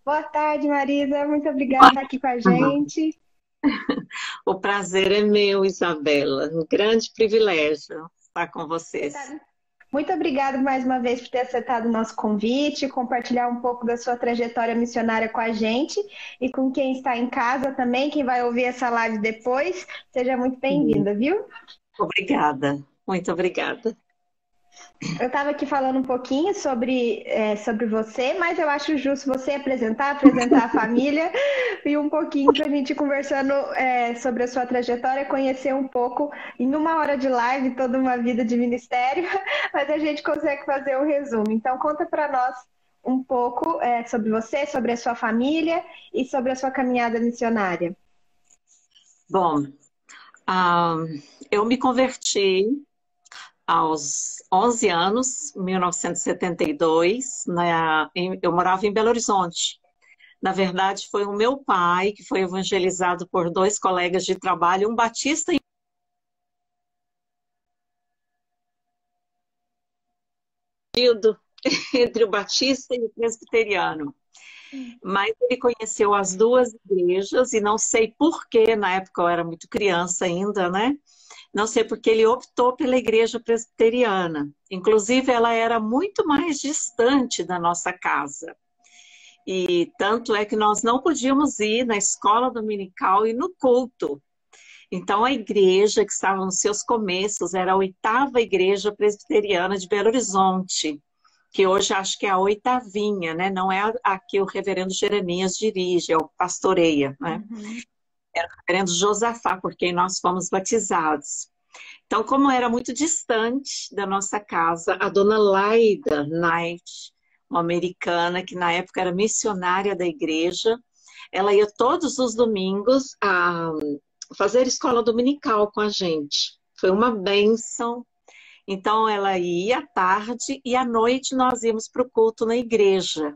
Boa tarde, Marisa. Muito obrigada por estar aqui com a gente. O prazer é meu, Isabela. Um grande privilégio estar com Você vocês. tá- Muito obrigada mais uma vez por ter aceitado o nosso convite, compartilhar um pouco da sua trajetória missionária com a gente e com quem está em casa também, quem vai ouvir essa live depois. Seja muito Sim. bem-vinda, viu? Obrigada, muito obrigada. Eu estava aqui falando um pouquinho sobre você, mas eu acho justo você apresentar a família e um pouquinho para a gente ir conversando sobre a sua trajetória, conhecer um pouco em uma hora de live toda uma vida de ministério, mas a gente consegue fazer um resumo. Então, conta para nós um pouco sobre você, sobre a sua família e sobre a sua caminhada missionária. Bom, ah, eu me converti aos 11 anos, 1972, eu morava em Belo Horizonte. Na verdade, foi o meu pai que foi evangelizado por dois colegas de trabalho, um batista e um entre o batista e o presbiteriano. Mas ele conheceu as duas igrejas e não sei por que, na época eu era muito criança ainda, né? Não sei porque ele optou pela igreja presbiteriana. Inclusive, ela era muito mais distante da nossa casa. E tanto é que nós não podíamos ir na escola dominical e no culto. Então, a igreja que estava nos seus começos era a oitava igreja presbiteriana de Belo Horizonte, que hoje acho que é a oitavinha, né? Não é a que o reverendo Jeremias dirige, é o pastoreia, né? Uhum. Era o reverendo Josafá, por quem nós fomos batizados. Então, como era muito distante da nossa casa, a dona Laida Knight, uma americana que na época era missionária da igreja, ela ia todos os domingos a fazer escola dominical com a gente. Foi uma bênção. Então, ela ia à tarde e à noite nós íamos para o culto na igreja.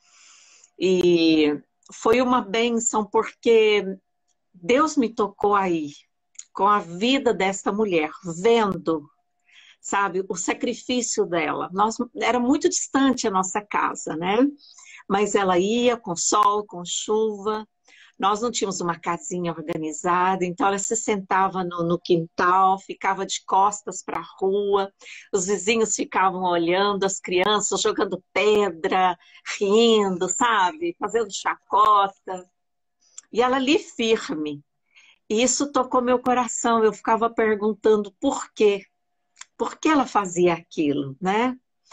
E foi uma bênção porque Deus me tocou aí, com a vida desta mulher, vendo, sabe, o sacrifício dela. Era muito distante a nossa casa, né? Mas ela ia com sol, com chuva. Nós não tínhamos uma casinha organizada, então ela se sentava no quintal, ficava de costas para a rua, os vizinhos ficavam olhando, as crianças jogando pedra, rindo, sabe? Fazendo chacota. E ela ali firme. E isso tocou meu coração. Eu ficava perguntando por quê? Por que ela fazia aquilo, né?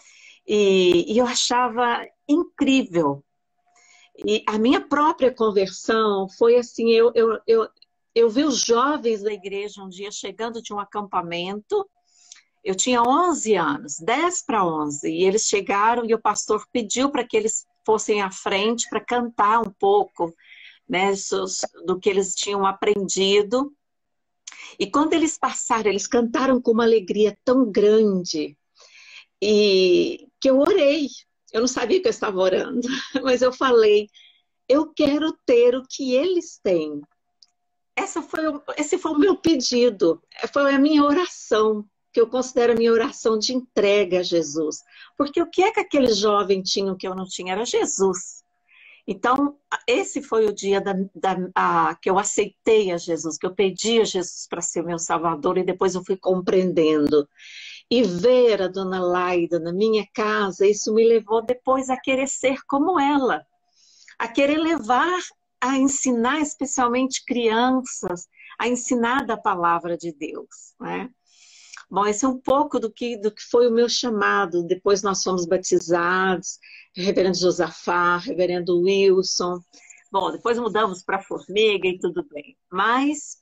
E eu achava incrível. E a minha própria conversão foi assim, eu vi os jovens da igreja um dia chegando de um acampamento, eu tinha 11 anos, 10 para 11, e eles chegaram e o pastor pediu para que eles fossem à frente para cantar um pouco, né, do que eles tinham aprendido. E quando eles passaram, eles cantaram com uma alegria tão grande e que eu orei. Eu não sabia que eu estava orando, mas eu falei, eu quero ter o que eles têm. Esse foi o meu pedido, foi a minha oração, que eu considero a minha oração de entrega a Jesus. Porque o que é que aqueles jovens tinham que eu não tinha? Era Jesus. Então, esse foi o dia que eu aceitei a Jesus, que eu pedi a Jesus para ser o meu Salvador, e depois eu fui compreendendo. E ver a dona Laida na minha casa, isso me levou depois a querer ser como ela, a querer levar, a ensinar especialmente crianças, a ensinar da palavra de Deus, né? Bom, esse é um pouco do que foi o meu chamado. Depois nós fomos batizados, reverendo Josafá, reverendo Wilson. Bom, depois mudamos para Formiga e tudo bem. Mas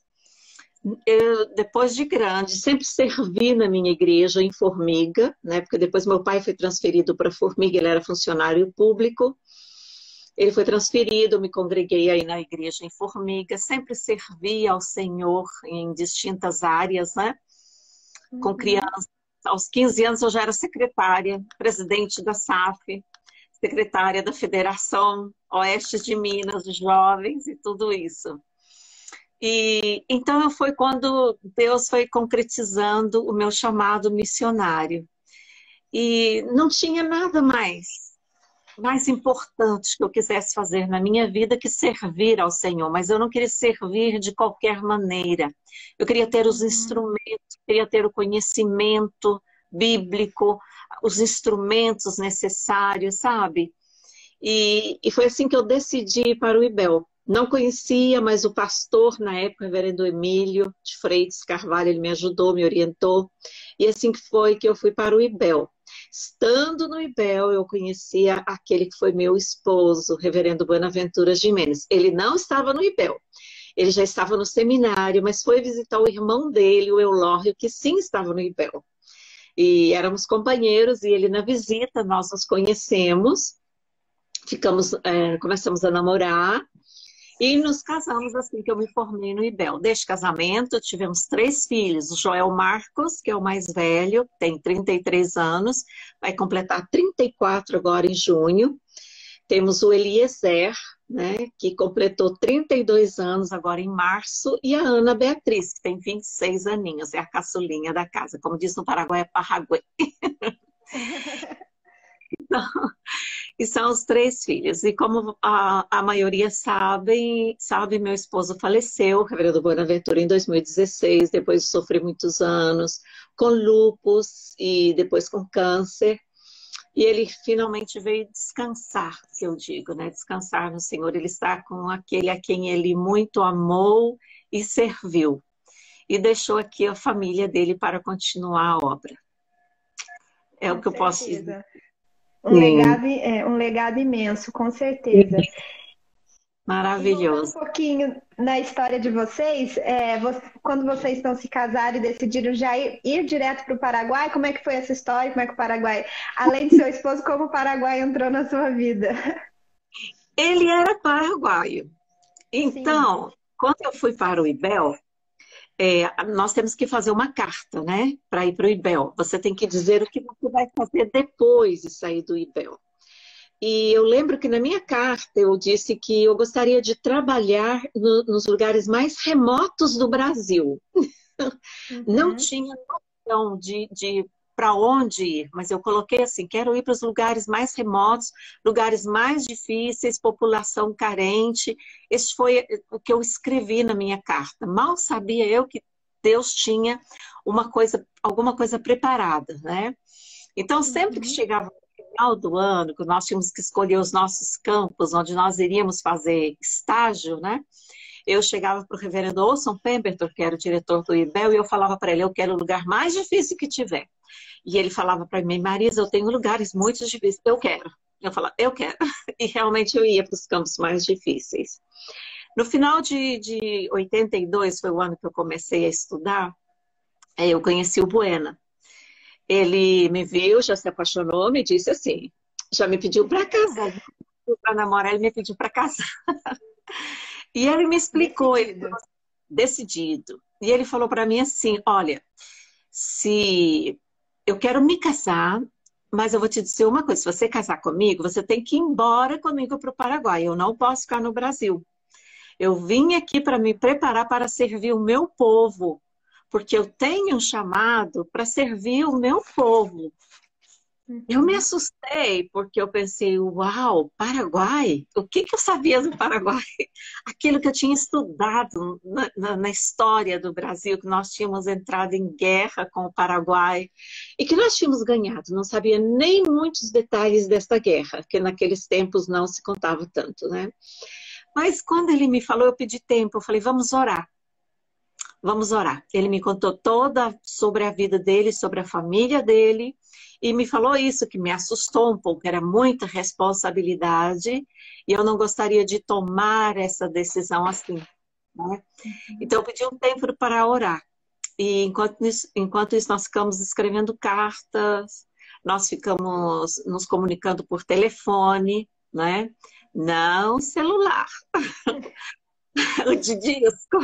eu, depois de grande, sempre servi na minha igreja em Formiga, né? Porque depois meu pai foi transferido para Formiga, ele era funcionário público. Ele foi transferido, eu me congreguei aí na igreja em Formiga, sempre servi ao Senhor em distintas áreas, né? Com Uhum. crianças. Aos 15 anos eu já era secretária, presidente da SAF, secretária da Federação Oeste de Minas, de Jovens e tudo isso. E então foi quando Deus foi concretizando o meu chamado missionário. E não tinha nada mais. mais importante que eu quisesse fazer na minha vida que servir ao Senhor, mas eu não queria servir de qualquer maneira. Eu queria ter os Uhum. instrumentos, queria ter o conhecimento bíblico, os instrumentos necessários, sabe? E foi assim que eu decidi ir para o IBEL. Não conhecia, mas o pastor, na época, o reverendo Emílio de Freitas Carvalho, ele me ajudou, me orientou. E assim que foi que eu fui para o IBEL. Estando no IBEL, eu conhecia aquele que foi meu esposo, o reverendo Buenaventura Gimenez. Ele não estava no IBEL, ele já estava no seminário, mas foi visitar o irmão dele, o Eulório, que sim estava no IBEL. E éramos companheiros, e ele na visita, nós nos conhecemos, começamos a namorar, e nos casamos assim que eu me formei no IBEL. Deste casamento, tivemos 3 filhos. O Joel Marcos, que é o mais velho, tem 33 anos, vai completar 34 agora em junho. Temos o Eliezer, né, que completou 32 anos agora em março, e a Ana Beatriz, que tem 26 aninhos, é a caçulinha da casa. Como diz no Paraguai, é Parraguê. E são os 3 filhos. E como a maioria sabe, meu esposo faleceu, o reverendo Bonaventura, em 2016, depois de sofrer muitos anos com lúpus e depois com câncer. E ele finalmente veio descansar, que eu digo, né? Descansar no Senhor. Ele está com aquele a quem ele muito amou e serviu. E deixou aqui a família dele para continuar a obra. É o Com que eu posso dizer. certeza. Sim, Um legado imenso, com certeza. E voltando um maravilhoso. pouquinho na história de vocês, quando vocês estão se casarem e decidiram já ir direto para o Paraguai, como é que foi essa história? Como é que o Paraguai, além de seu esposo, como o Paraguai entrou na sua vida? Ele era paraguaio. Sim. Então, quando eu fui para o IBEL, nós temos que fazer uma carta, né? Para ir para o IBEL. Você tem que dizer o que você vai fazer depois de sair do IBEL. E eu lembro que na minha carta eu disse que eu gostaria de trabalhar nos lugares mais remotos do Brasil. Não Uhum. tinha noção de para onde ir, mas eu coloquei assim: quero ir para os lugares mais remotos, lugares mais difíceis, população carente. Esse foi o que eu escrevi na minha carta. Mal sabia eu que Deus tinha alguma coisa preparada, né? Então, sempre que Uhum. chegava no final do ano, que nós tínhamos que escolher os nossos campos, onde nós iríamos fazer estágio, né? Eu chegava para o reverendo Olson Pemberton, que era o diretor do IBEL, e eu falava para ele: eu quero o lugar mais difícil que tiver. E ele falava para mim: Marisa, eu tenho lugares muito difíceis, eu quero. Eu falava: eu quero. E realmente eu ia para os campos mais difíceis. No final de 82, foi o ano que eu comecei a estudar, eu conheci o Buena. Ele me viu, já se apaixonou, me disse assim, já me pediu para casar, para namorar, ele me pediu para casar. E ele me explicou, ele Decidido. decidido. E ele falou para mim assim: olha, se eu quero me casar, mas eu vou te dizer uma coisa: se você casar comigo, você tem que ir embora comigo para o Paraguai. Eu não posso ficar no Brasil. Eu vim aqui para me preparar para servir o meu povo, porque eu tenho um chamado para servir o meu povo. Eu me Uhum. assustei porque eu pensei: uau, Paraguai? O que que eu sabia do Paraguai? Aquilo que eu tinha estudado na história do Brasil, que nós tínhamos entrado em guerra com o Paraguai e que nós tínhamos ganhado. Não sabia nem muitos detalhes desta guerra, que naqueles tempos não se contava tanto, né? Mas quando ele me falou, eu pedi tempo. Eu falei: vamos orar. Vamos orar. Ele me contou toda sobre a vida dele, sobre a família dele, e me falou isso, que me assustou um pouco, era muita responsabilidade, e eu não gostaria de tomar essa decisão assim, né? Então eu pedi um tempo para orar. E enquanto isso nós ficamos escrevendo cartas, nós ficamos nos comunicando por telefone, né? Não celular, o de disco.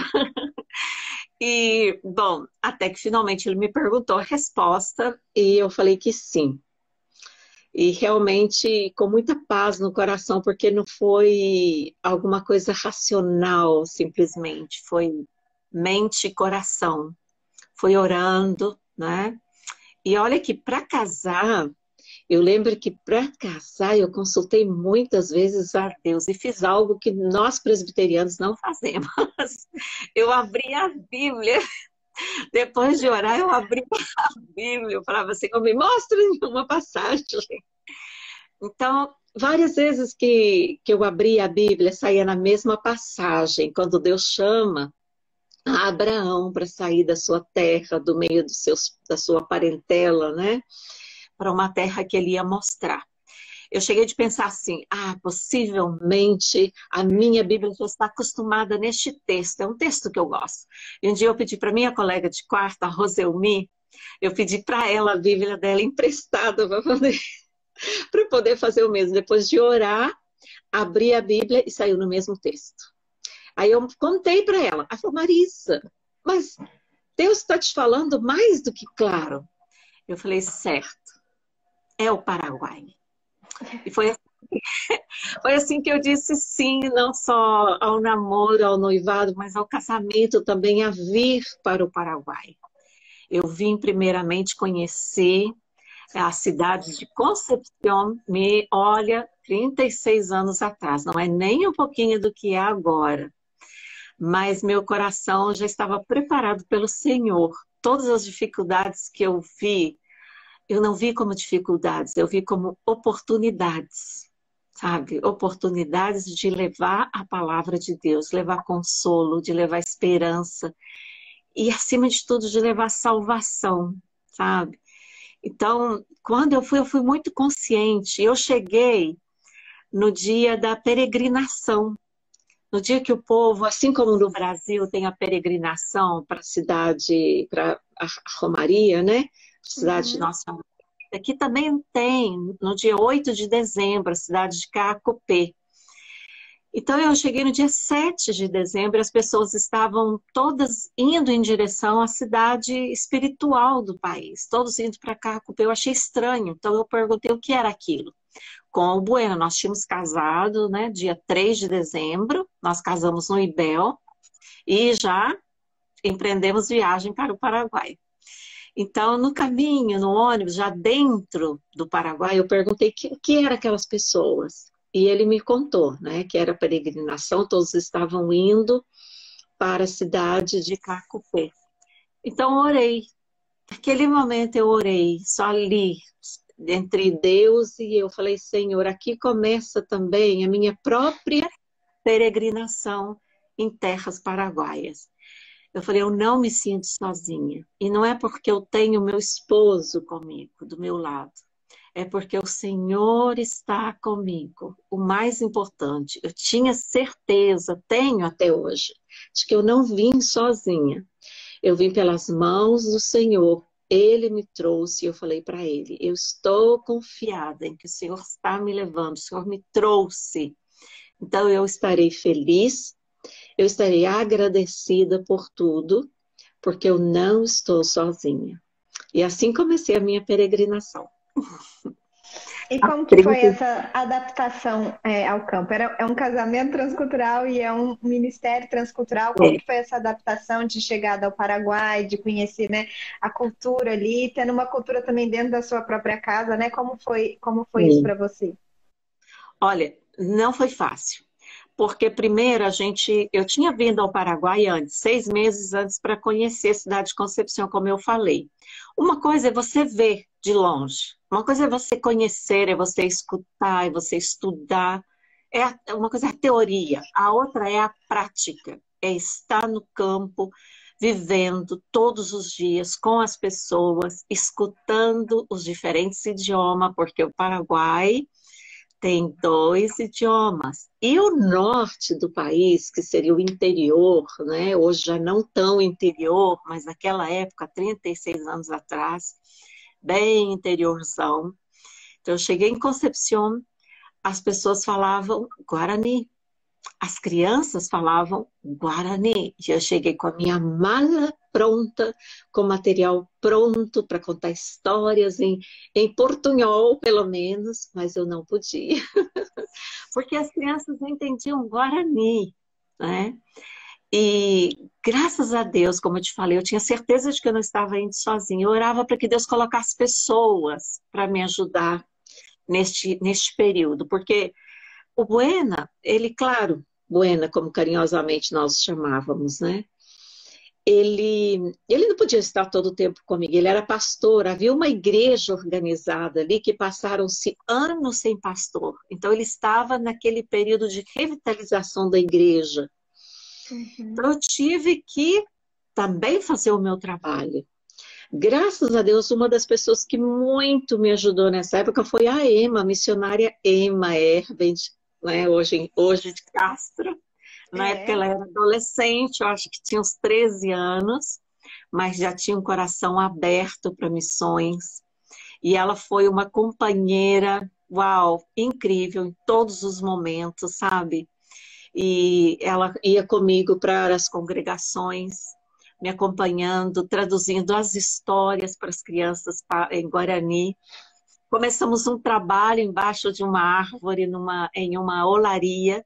E, bom, até que finalmente ele me perguntou a resposta e eu falei que sim. E realmente com muita paz no coração, porque não foi alguma coisa racional, simplesmente. Foi mente e coração. Foi orando, né? E olha que para casar, Eu lembro que para casar eu consultei muitas vezes a Deus e fiz algo que nós presbiterianos não fazemos. Eu abri a Bíblia, depois de orar, eu abri a Bíblia, eu falava assim, me mostra uma passagem. Então, várias vezes que eu abria a Bíblia, saía na mesma passagem, quando Deus chama a Abraão para sair da sua terra, do meio da sua parentela, né? Para uma terra que ele ia mostrar. Eu cheguei de pensar assim, possivelmente a minha Bíblia já está acostumada neste texto, é um texto que eu gosto. E um dia eu pedi para minha colega de quarto, a Roselmi, eu pedi para ela a Bíblia dela emprestada para poder fazer o mesmo. Depois de orar, abri a Bíblia e saiu no mesmo texto. Aí eu contei para ela, ela falou, Marisa, mas Deus está te falando mais do que claro. Eu falei, certo, é o Paraguai. E foi assim que eu disse sim, não só ao namoro, ao noivado, mas ao casamento também, a vir para o Paraguai. Eu vim primeiramente conhecer a cidade de Concepción, olha, 36 anos atrás, não é nem um pouquinho do que é agora. Mas meu coração já estava preparado pelo Senhor. Todas as dificuldades que eu vi, eu não vi como dificuldades, eu vi como oportunidades, sabe? Oportunidades de levar a palavra de Deus, levar consolo, de levar esperança e, acima de tudo, de levar salvação, sabe? Então, quando eu fui muito consciente. Eu cheguei no dia da peregrinação, no dia que o povo, assim como no Brasil, tem a peregrinação para a cidade, para a Romaria, né? Cidade de Nossa Senhora. Aqui também tem, no dia 8 de dezembro, a cidade de Caacupé. Então, eu cheguei no dia 7 de dezembro e as pessoas estavam todas indo em direção à cidade espiritual do país, todos indo para Caacupé. Eu achei estranho, então eu perguntei o que era aquilo. Com o Bueno, nós tínhamos casado, né, dia 3 de dezembro, nós casamos no Ibel e já empreendemos viagem para o Paraguai. Então, no caminho, no ônibus, já dentro do Paraguai, eu perguntei o que eram aquelas pessoas. E ele me contou, né, que era peregrinação, todos estavam indo para a cidade de Caacupé. Então, orei. Naquele momento eu orei, só ali, entre Deus e eu. Falei, Senhor, aqui começa também a minha própria peregrinação em terras paraguaias. Eu falei, eu não me sinto sozinha. E não é porque eu tenho meu esposo comigo, do meu lado. É porque o Senhor está comigo. O mais importante, eu tinha certeza, tenho até hoje, de que eu não vim sozinha. Eu vim pelas mãos do Senhor. Ele me trouxe e eu falei para ele, eu estou confiada em que o Senhor está me levando, o Senhor me trouxe. Então eu estarei feliz, eu estarei agradecida por tudo, porque eu não estou sozinha. E assim comecei a minha peregrinação. E como que foi essa adaptação ao campo? É um casamento transcultural e é um ministério transcultural. Como que foi essa adaptação de chegada ao Paraguai, de conhecer, né, a cultura ali, tendo uma cultura também dentro da sua própria casa, né? Como foi isso para você? Olha, não foi fácil. Porque primeiro eu tinha vindo ao Paraguai antes, 6 meses antes, para conhecer a cidade de Concepción, como eu falei. Uma coisa é você ver de longe, uma coisa é você conhecer, é você escutar, é você estudar. Uma coisa é a teoria, a outra é a prática, é estar no campo, vivendo todos os dias com as pessoas, escutando os diferentes idiomas, porque o Paraguai tem 2 idiomas. E o norte do país, que seria o interior, né? Hoje já não tão interior, mas naquela época, 36 anos atrás, bem interiorzão. Então, eu cheguei em Concepción, as pessoas falavam Guarani. As crianças falavam Guarani. E eu cheguei com a minha mala pronta, com material pronto para contar histórias em portunhol, pelo menos, mas eu não podia. Porque as crianças não entendiam Guarani, né? E graças a Deus, como eu te falei, eu tinha certeza de que eu não estava indo sozinha. Eu orava para que Deus colocasse pessoas para me ajudar neste período, porque o Buena, ele, claro, Buena, como carinhosamente nós chamávamos, né? Ele não podia estar todo o tempo comigo, ele era pastor, havia uma igreja organizada ali que passaram-se anos sem pastor. Então ele estava naquele período de revitalização da igreja. Então eu tive que também fazer o meu trabalho. Graças a Deus, uma das pessoas que muito me ajudou nessa época foi a Emma, a missionária Emma Herbert, né, hoje de Castro. Na época ela era adolescente, eu acho que tinha uns 13 anos, mas já tinha um coração aberto para missões. E ela foi uma companheira, uau, incrível em todos os momentos, sabe? E ela ia comigo para as congregações, me acompanhando, traduzindo as histórias para as crianças em Guarani. Começamos um trabalho embaixo de uma árvore, em uma olaria,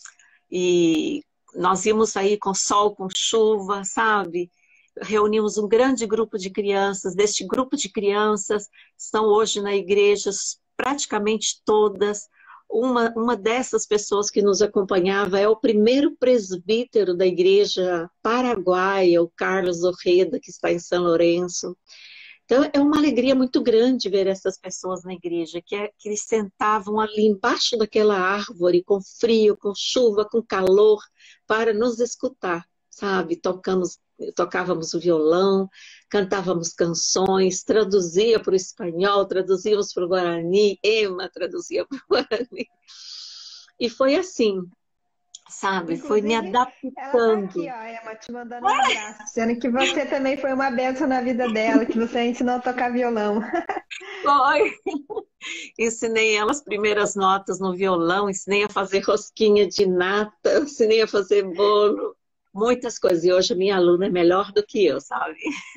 e nós íamos aí com sol, com chuva, sabe? Reunimos um grande grupo de crianças. Deste grupo de crianças estão hoje na igreja praticamente todas. Uma dessas pessoas que nos acompanhava é o primeiro presbítero da igreja paraguaia, o Carlos Orreda, que está em São Lourenço. Então, é uma alegria muito grande ver essas pessoas na igreja, que eles sentavam ali embaixo daquela árvore, com frio, com chuva, com calor, para nos escutar, sabe? Tocávamos o violão, cantávamos canções, traduzia para o espanhol, traduzíamos para o Guarani, Emma traduzia para o Guarani. E foi assim, sabe? Inclusive, foi me adaptando. Ela tá aqui, ó, Emma, te mandando um abraço, dizendo que você também foi uma bênção na vida dela, que você ensinou a tocar violão. Foi. Ensinei ela as primeiras notas no violão, ensinei a fazer rosquinha de nata, ensinei a fazer bolo, muitas coisas. E hoje a minha aluna é melhor do que eu, sabe?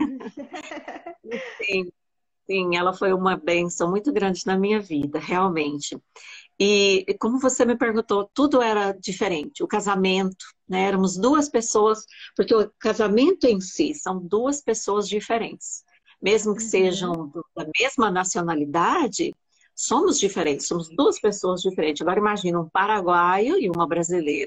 Sim, sim, ela foi uma bênção muito grande na minha vida, realmente. E como você me perguntou, tudo era diferente. O casamento, né? Éramos duas pessoas, porque o casamento em si são duas pessoas diferentes. Mesmo que sejam da mesma nacionalidade, somos diferentes, somos duas pessoas diferentes. Agora imagina um paraguaio e uma brasileira.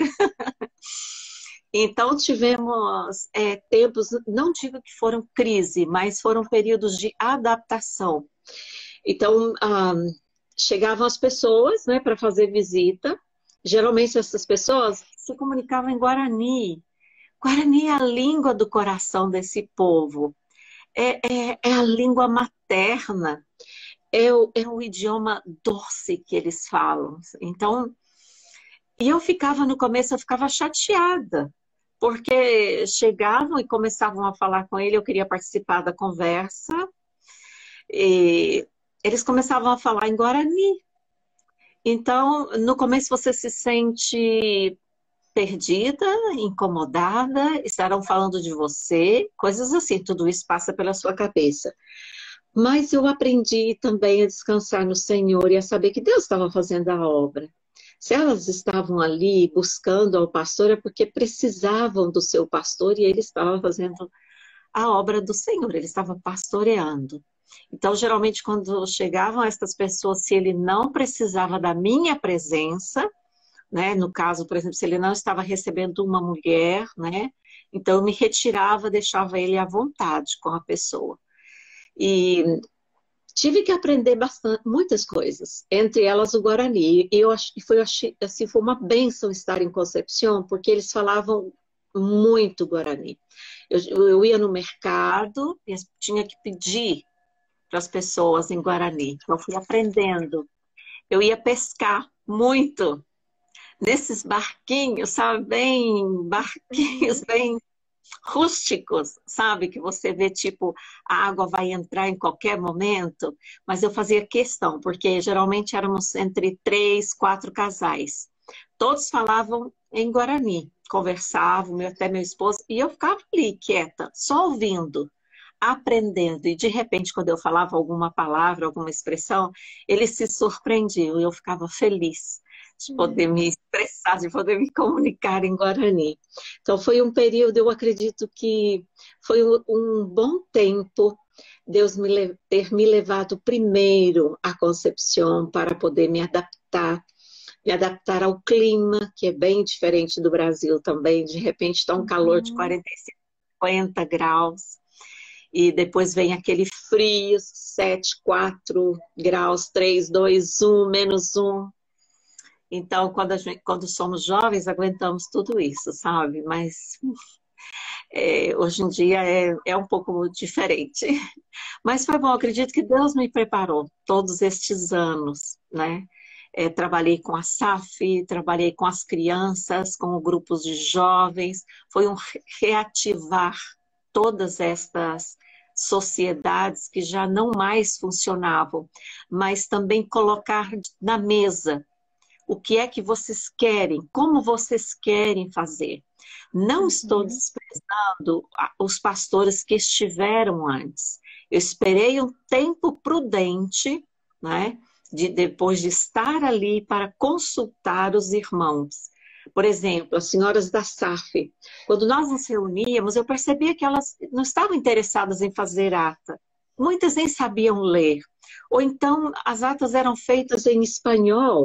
Então tivemos tempos, não digo que foram crise, mas foram períodos de adaptação. Então, chegavam as pessoas, né, para fazer visita. Geralmente essas pessoas se comunicavam em Guarani. Guarani é a língua do coração desse povo. É a língua materna. É o idioma doce que eles falam. Então, e no começo eu ficava chateada, porque chegavam e começavam a falar com ele, eu queria participar da conversa, e eles começavam a falar em Guarani. Então, no começo você se sente perdida, incomodada, estarão falando de você, coisas assim, tudo isso passa pela sua cabeça. Mas eu aprendi também a descansar no Senhor e a saber que Deus estava fazendo a obra. Se elas estavam ali buscando ao pastor, é porque precisavam do seu pastor e ele estava fazendo a obra do Senhor, ele estava pastoreando. Então, geralmente, quando chegavam essas pessoas, se ele não precisava da minha presença, né? No caso, por exemplo, se ele não estava recebendo uma mulher, né? Então eu me retirava, deixava ele à vontade com a pessoa. E tive que aprender muitas coisas, entre elas o Guarani. E eu acho que foi uma bênção estar em Concepción, porque eles falavam muito Guarani. Eu ia no mercado e tinha que pedir para as pessoas em Guarani. Então, eu fui aprendendo. Eu ia pescar muito nesses barquinhos, sabe? Barquinhos bem rústicos, sabe? Que você vê, tipo, a água vai entrar em qualquer momento. Mas eu fazia questão, porque geralmente éramos entre 3, 4 casais. Todos falavam em Guarani, conversavam, até meu esposo, e eu ficava ali, quieta, só ouvindo, aprendendo. E de repente, quando eu falava alguma palavra, alguma expressão, eles se surpreendiam e eu ficava feliz de poder me expressar, de poder me comunicar em Guarani. Então foi um período, eu acredito que foi um bom tempo Deus ter me levado primeiro à Concepción para poder me adaptar ao clima, que é bem diferente do Brasil também. De repente está um calor de Uhum. 45, 50 graus, e depois vem aquele frio, 7, 4 graus, 3, 2, 1, -1. Então, quando somos jovens, aguentamos tudo isso, sabe? Mas hoje em dia é um pouco diferente. Mas foi bom, acredito que Deus me preparou todos estes anos, né? Trabalhei com a SAF, trabalhei com as crianças, com grupos de jovens, foi um reativar todas estas sociedades que já não mais funcionavam, mas também colocar na mesa o que é que vocês querem, como vocês querem fazer. Não estou Uhum. desprezando os pastores que estiveram antes. Eu esperei um tempo prudente, né, depois de estar ali para consultar os irmãos. Por exemplo, as senhoras da SAF. Quando nós nos reuníamos, eu percebia que elas não estavam interessadas em fazer ata. Muitas nem sabiam ler. Ou então as atas eram feitas em espanhol.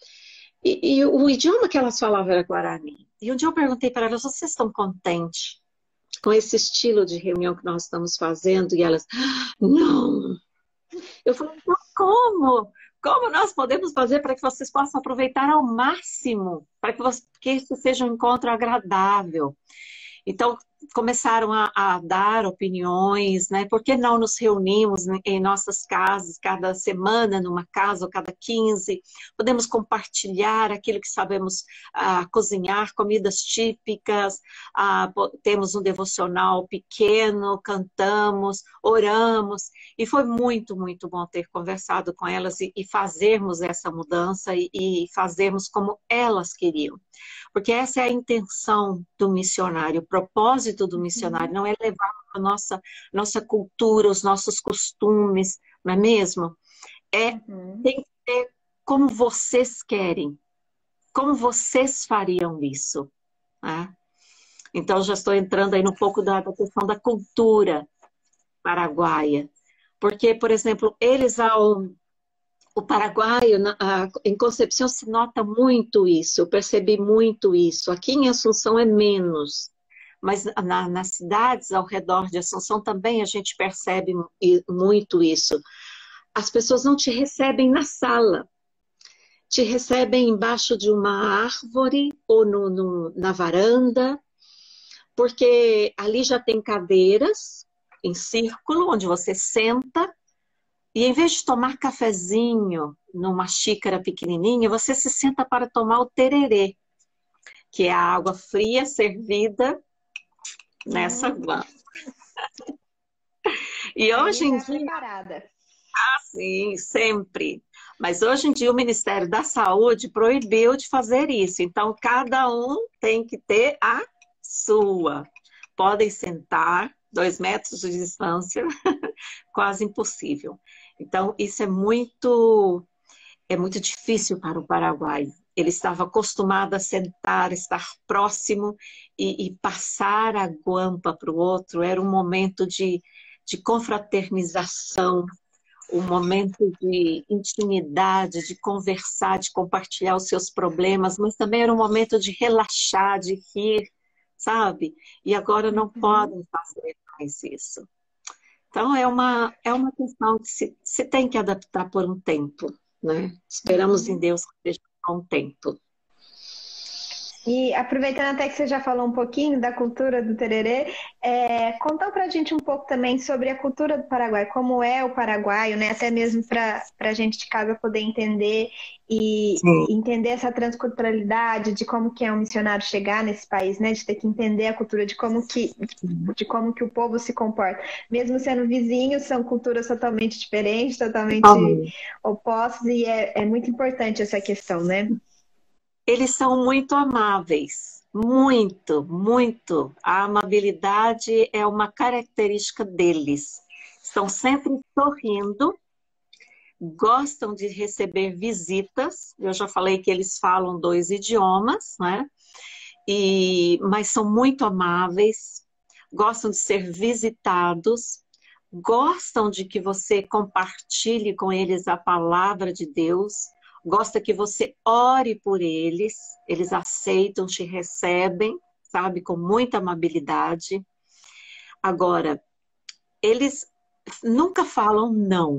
E o idioma que elas falavam era Guarani. E um dia eu perguntei para elas: vocês estão contentes com esse estilo de reunião que nós estamos fazendo? E elas: não. Eu falei: então como? Como nós podemos fazer para que vocês possam aproveitar ao máximo? Para que isso seja um encontro agradável? Então, começaram a dar opiniões, né? Por que não nos reunimos em nossas casas, cada semana, numa casa ou cada 15? Podemos compartilhar aquilo que sabemos cozinhar, comidas típicas, temos um devocional pequeno, cantamos, oramos. E foi muito, muito bom ter conversado com elas e fazermos essa mudança e fazermos como elas queriam. Porque essa é a intenção do missionário, o propósito do missionário, não é levar a nossa cultura, os nossos costumes, não é mesmo? Tem que ser como vocês querem, como vocês fariam isso, né? Então, já estou entrando aí um pouco da questão da cultura paraguaia. Porque, por exemplo, o paraguaio, em Concepción se nota muito isso, eu percebi muito isso. Aqui em Assunção é menos, mas nas cidades ao redor de Assunção também a gente percebe muito isso. As pessoas não te recebem na sala, te recebem embaixo de uma árvore ou na varanda, porque ali já tem cadeiras em círculo, onde você senta. E em vez de tomar cafezinho numa xícara pequenininha, você se senta para tomar o tererê, que é a água fria servida nessa guampa. E hoje em dia... preparada. Sim, sempre. Mas hoje em dia o Ministério da Saúde proibiu de fazer isso. Então, cada um tem que ter a sua. Podem sentar, 2 metros de distância, quase impossível. Então, isso é muito difícil para o Paraguai. Ele estava acostumado a sentar, estar próximo e passar a guampa para o outro. Era um momento de confraternização, um momento de intimidade, de conversar, de compartilhar os seus problemas, mas também era um momento de relaxar, de rir, sabe? E agora não podem fazer mais isso. Então, é uma questão que se tem que adaptar por um tempo, né? Esperamos em Deus que seja por um tempo. E aproveitando até que você já falou um pouquinho da cultura do tererê, conta pra gente um pouco também sobre a cultura do Paraguai, como é o paraguaio, né? Até mesmo para a gente de casa poder entender e entender essa transculturalidade de como que é um missionário chegar nesse país, né? De ter que entender a cultura, de como que o povo se comporta. Mesmo sendo vizinhos, são culturas totalmente diferentes, totalmente opostas, e é muito importante essa questão, né? Eles são muito amáveis, muito, muito. A amabilidade é uma característica deles. Estão sempre sorrindo, gostam de receber visitas. Eu já falei que eles falam 2 idiomas, né? Mas são muito amáveis, gostam de ser visitados, gostam de que você compartilhe com eles a palavra de Deus, gosta que você ore por eles, eles aceitam, te recebem, sabe, com muita amabilidade. Agora, eles nunca falam não.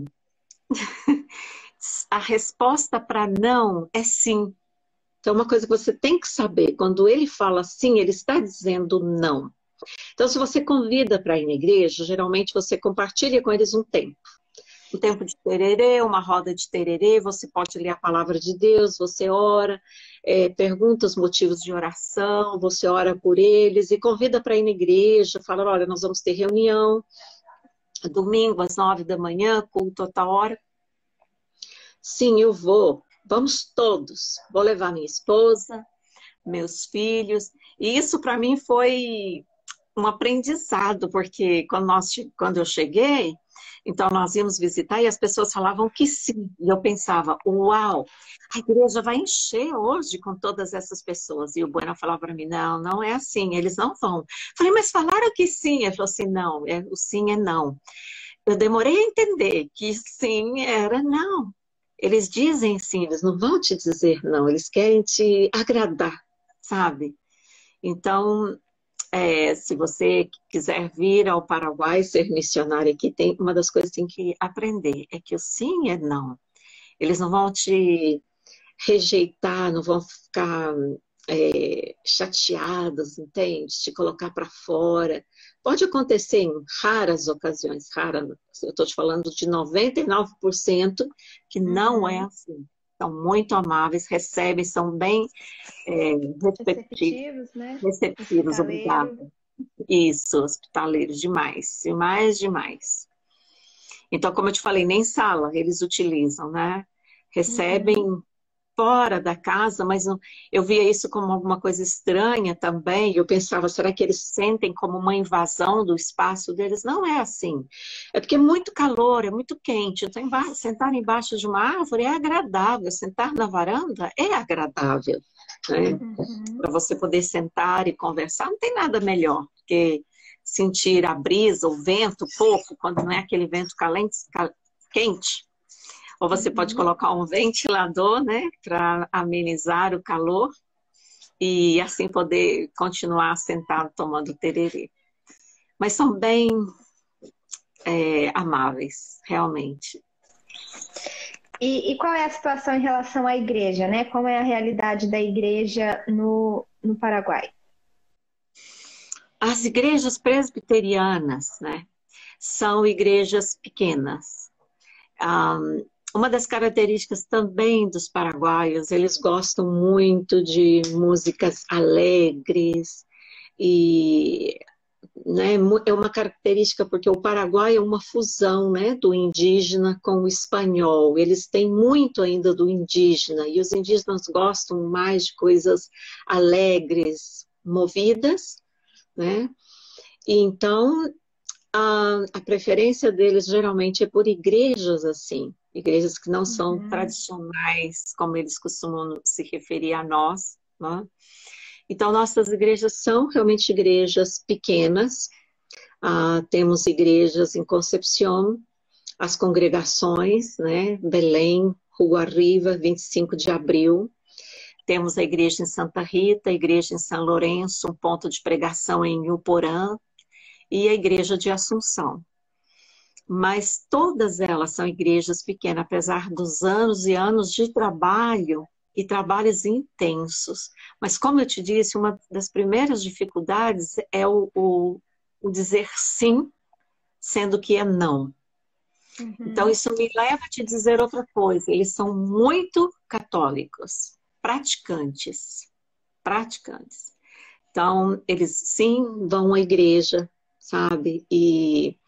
A resposta para não é sim. Então, uma coisa que você tem que saber, quando ele fala sim, ele está dizendo não. Então, se você convida para ir na igreja, geralmente você compartilha com eles um tempo. Um tempo de tererê, uma roda de tererê, você pode ler a palavra de Deus, você ora, pergunta os motivos de oração, você ora por eles e convida para ir na igreja, fala, olha, nós vamos ter reunião, domingo às 9 da manhã, culto a tal hora. Sim, eu vou. Vamos todos. Vou levar minha esposa, meus filhos. E isso para mim foi um aprendizado, porque quando eu cheguei, então nós íamos visitar e as pessoas falavam que sim. E eu pensava, uau, a igreja vai encher hoje com todas essas pessoas. E o Bueno falava para mim, não, não é assim, eles não vão. Falei, mas falaram que sim. Ele falou assim, não, o sim é não. Eu demorei a entender que sim era não. Eles dizem sim, eles não vão te dizer não, eles querem te agradar, sabe? Então, se você quiser vir ao Paraguai ser missionário aqui, tem uma das coisas que tem que aprender, é que o sim é não. Eles não vão te rejeitar, não vão ficar chateados, entende? Te colocar para fora. Pode acontecer em raras ocasiões, eu estou te falando de 99% que não é assim. São muito amáveis, recebem, são bem receptivos, né? Receptivos, obrigada. Isso, hospitaleiros demais, demais, demais. Então, como eu te falei, nem sala eles utilizam, né? Recebem fora da casa, mas eu via isso como alguma coisa estranha também. Eu pensava, será que eles sentem como uma invasão do espaço deles? Não é assim. É porque é muito calor, é muito quente. Então, sentar embaixo de uma árvore é agradável. Sentar na varanda é agradável, né? Para você poder sentar e conversar, não tem nada melhor que sentir a brisa, o vento, pouco, quando não é aquele vento quente. Ou você pode colocar um ventilador, né, para amenizar o calor e assim poder continuar sentado tomando tererê. Mas são bem amáveis, realmente. E qual é a situação em relação à igreja, né? Como é a realidade da igreja no Paraguai? As igrejas presbiterianas, né, são igrejas pequenas. Uma das características também dos paraguaios, eles gostam muito de músicas alegres e, né, é uma característica porque o Paraguai é uma fusão, né, do indígena com o espanhol. Eles têm muito ainda do indígena e os indígenas gostam mais de coisas alegres, movidas, né? E então a preferência deles geralmente é por igrejas assim. Igrejas que não são tradicionais, como eles costumam se referir a nós, né? Então, nossas igrejas são realmente igrejas pequenas. Temos igrejas em Concepción, as congregações, né? Belém, Rua Arriba, 25 de abril. Temos a igreja em Santa Rita, a igreja em São Lourenço, um ponto de pregação em Uporã, e a igreja de Assunção. Mas todas elas são igrejas pequenas, apesar dos anos e anos de trabalho e trabalhos intensos. Mas, como eu te disse, uma das primeiras dificuldades é o dizer sim, sendo que é não. Então, isso me leva a te dizer outra coisa. Eles são muito católicos, praticantes. Então, eles sim vão à igreja, sabe? E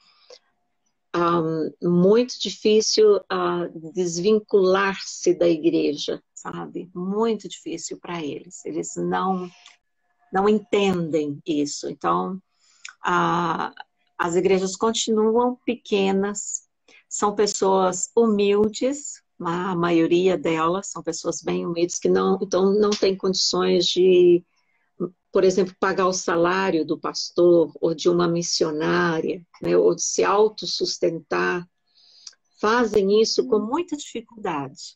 muito difícil desvincular-se da igreja, sabe? Muito difícil para eles. Eles não entendem isso. Então, as igrejas continuam pequenas, são pessoas humildes, a maioria delas são pessoas bem humildes que não têm condições de por exemplo, pagar o salário do pastor ou de uma missionária, né, ou de se autossustentar, fazem isso com muita dificuldade.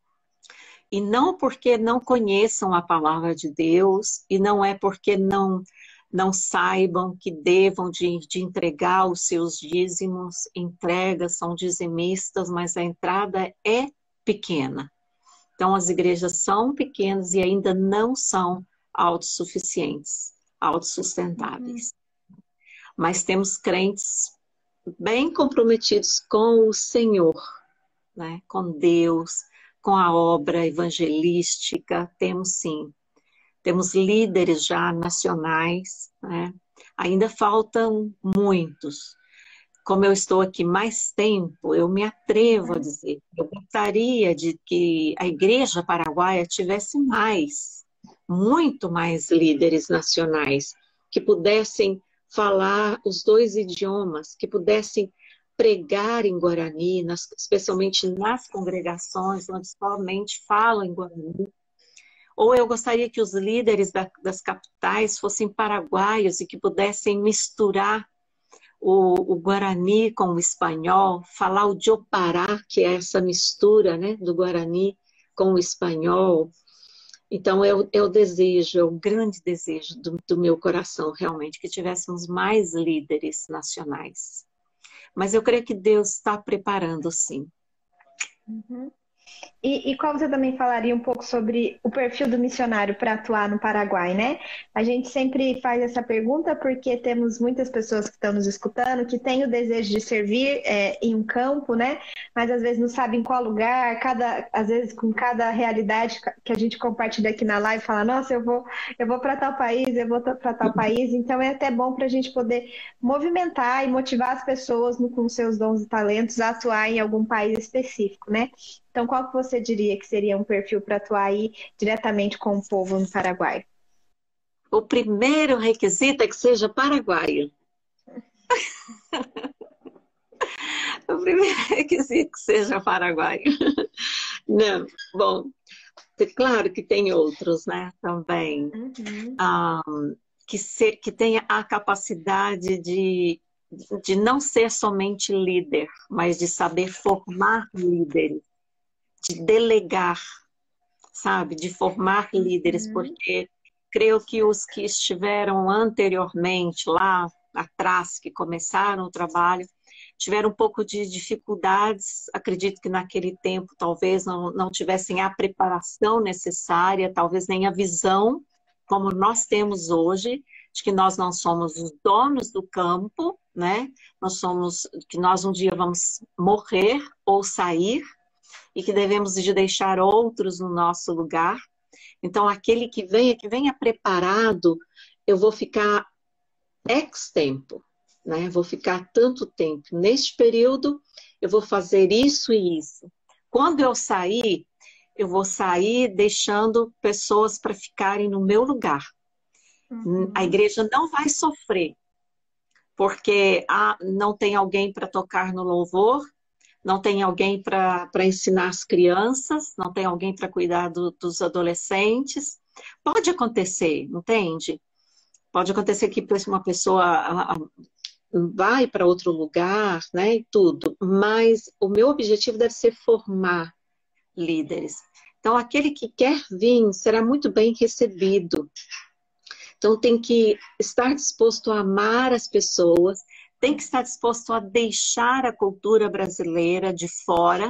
E não porque não conheçam a palavra de Deus, e não é porque não saibam que devam de entregar os seus dízimos, são dizimistas, mas a entrada é pequena. Então, as igrejas são pequenas e ainda não são autossuficientes, autossustentáveis. Mas temos crentes bem comprometidos com o Senhor, né? Com Deus, com a obra evangelística, temos sim. Temos líderes já nacionais, né? Ainda faltam muitos. Como eu estou aqui mais tempo, eu me atrevo a dizer, eu gostaria de que a Igreja Paraguaia tivesse muito mais líderes nacionais, que pudessem falar os dois idiomas, que pudessem pregar em Guarani, especialmente nas congregações onde somente falam em Guarani. Ou eu gostaria que os líderes das capitais fossem paraguaios e que pudessem misturar o Guarani com o espanhol, falar o Diopará, que é essa mistura, né, do Guarani com o espanhol. Então, é o desejo, é o grande desejo do meu coração, realmente, que tivéssemos mais líderes nacionais. Mas eu creio que Deus está preparando, sim. Uhum. E como você também falaria um pouco sobre o perfil do missionário para atuar no Paraguai, né? A gente sempre faz essa pergunta porque temos muitas pessoas que estão nos escutando que têm o desejo de servir em um campo, né? Mas às vezes não sabem qual lugar, às vezes com cada realidade que a gente compartilha aqui na live, fala, nossa, eu vou para tal país, eu vou para tal país. Então é até bom para a gente poder movimentar e motivar as pessoas com seus dons e talentos a atuar em algum país específico, né? Então, qual que você diria que seria um perfil para atuar aí diretamente com o povo no Paraguai? O primeiro requisito é que seja paraguaio. O primeiro requisito é que seja paraguaio. Não, bom, claro que tem outros, né, também. Que tenha a capacidade de não ser somente líder, mas de saber formar líderes, de delegar, sabe? De formar líderes, porque creio que os que estiveram anteriormente lá atrás, que começaram o trabalho, tiveram um pouco de dificuldades. Acredito que naquele tempo talvez não tivessem a preparação necessária, talvez nem a visão como nós temos hoje, de que nós não somos os donos do campo, né? Que nós um dia vamos morrer ou sair, e que devemos de deixar outros no nosso lugar. Então, aquele que venha preparado, eu vou ficar X tempo, né? Vou ficar tanto tempo. Neste período, eu vou fazer isso e isso. Quando eu sair, eu vou sair deixando pessoas para ficarem no meu lugar. A igreja não vai sofrer, porque não tem alguém para tocar no louvor, não tem alguém para ensinar as crianças, não tem alguém para cuidar dos adolescentes. Pode acontecer, entende? Pode acontecer que uma pessoa vai para outro lugar, né, e tudo. Mas o meu objetivo deve ser formar líderes. Então, aquele que quer vir será muito bem recebido. Então, tem que estar disposto a amar as pessoas, tem que estar disposto a deixar a cultura brasileira de fora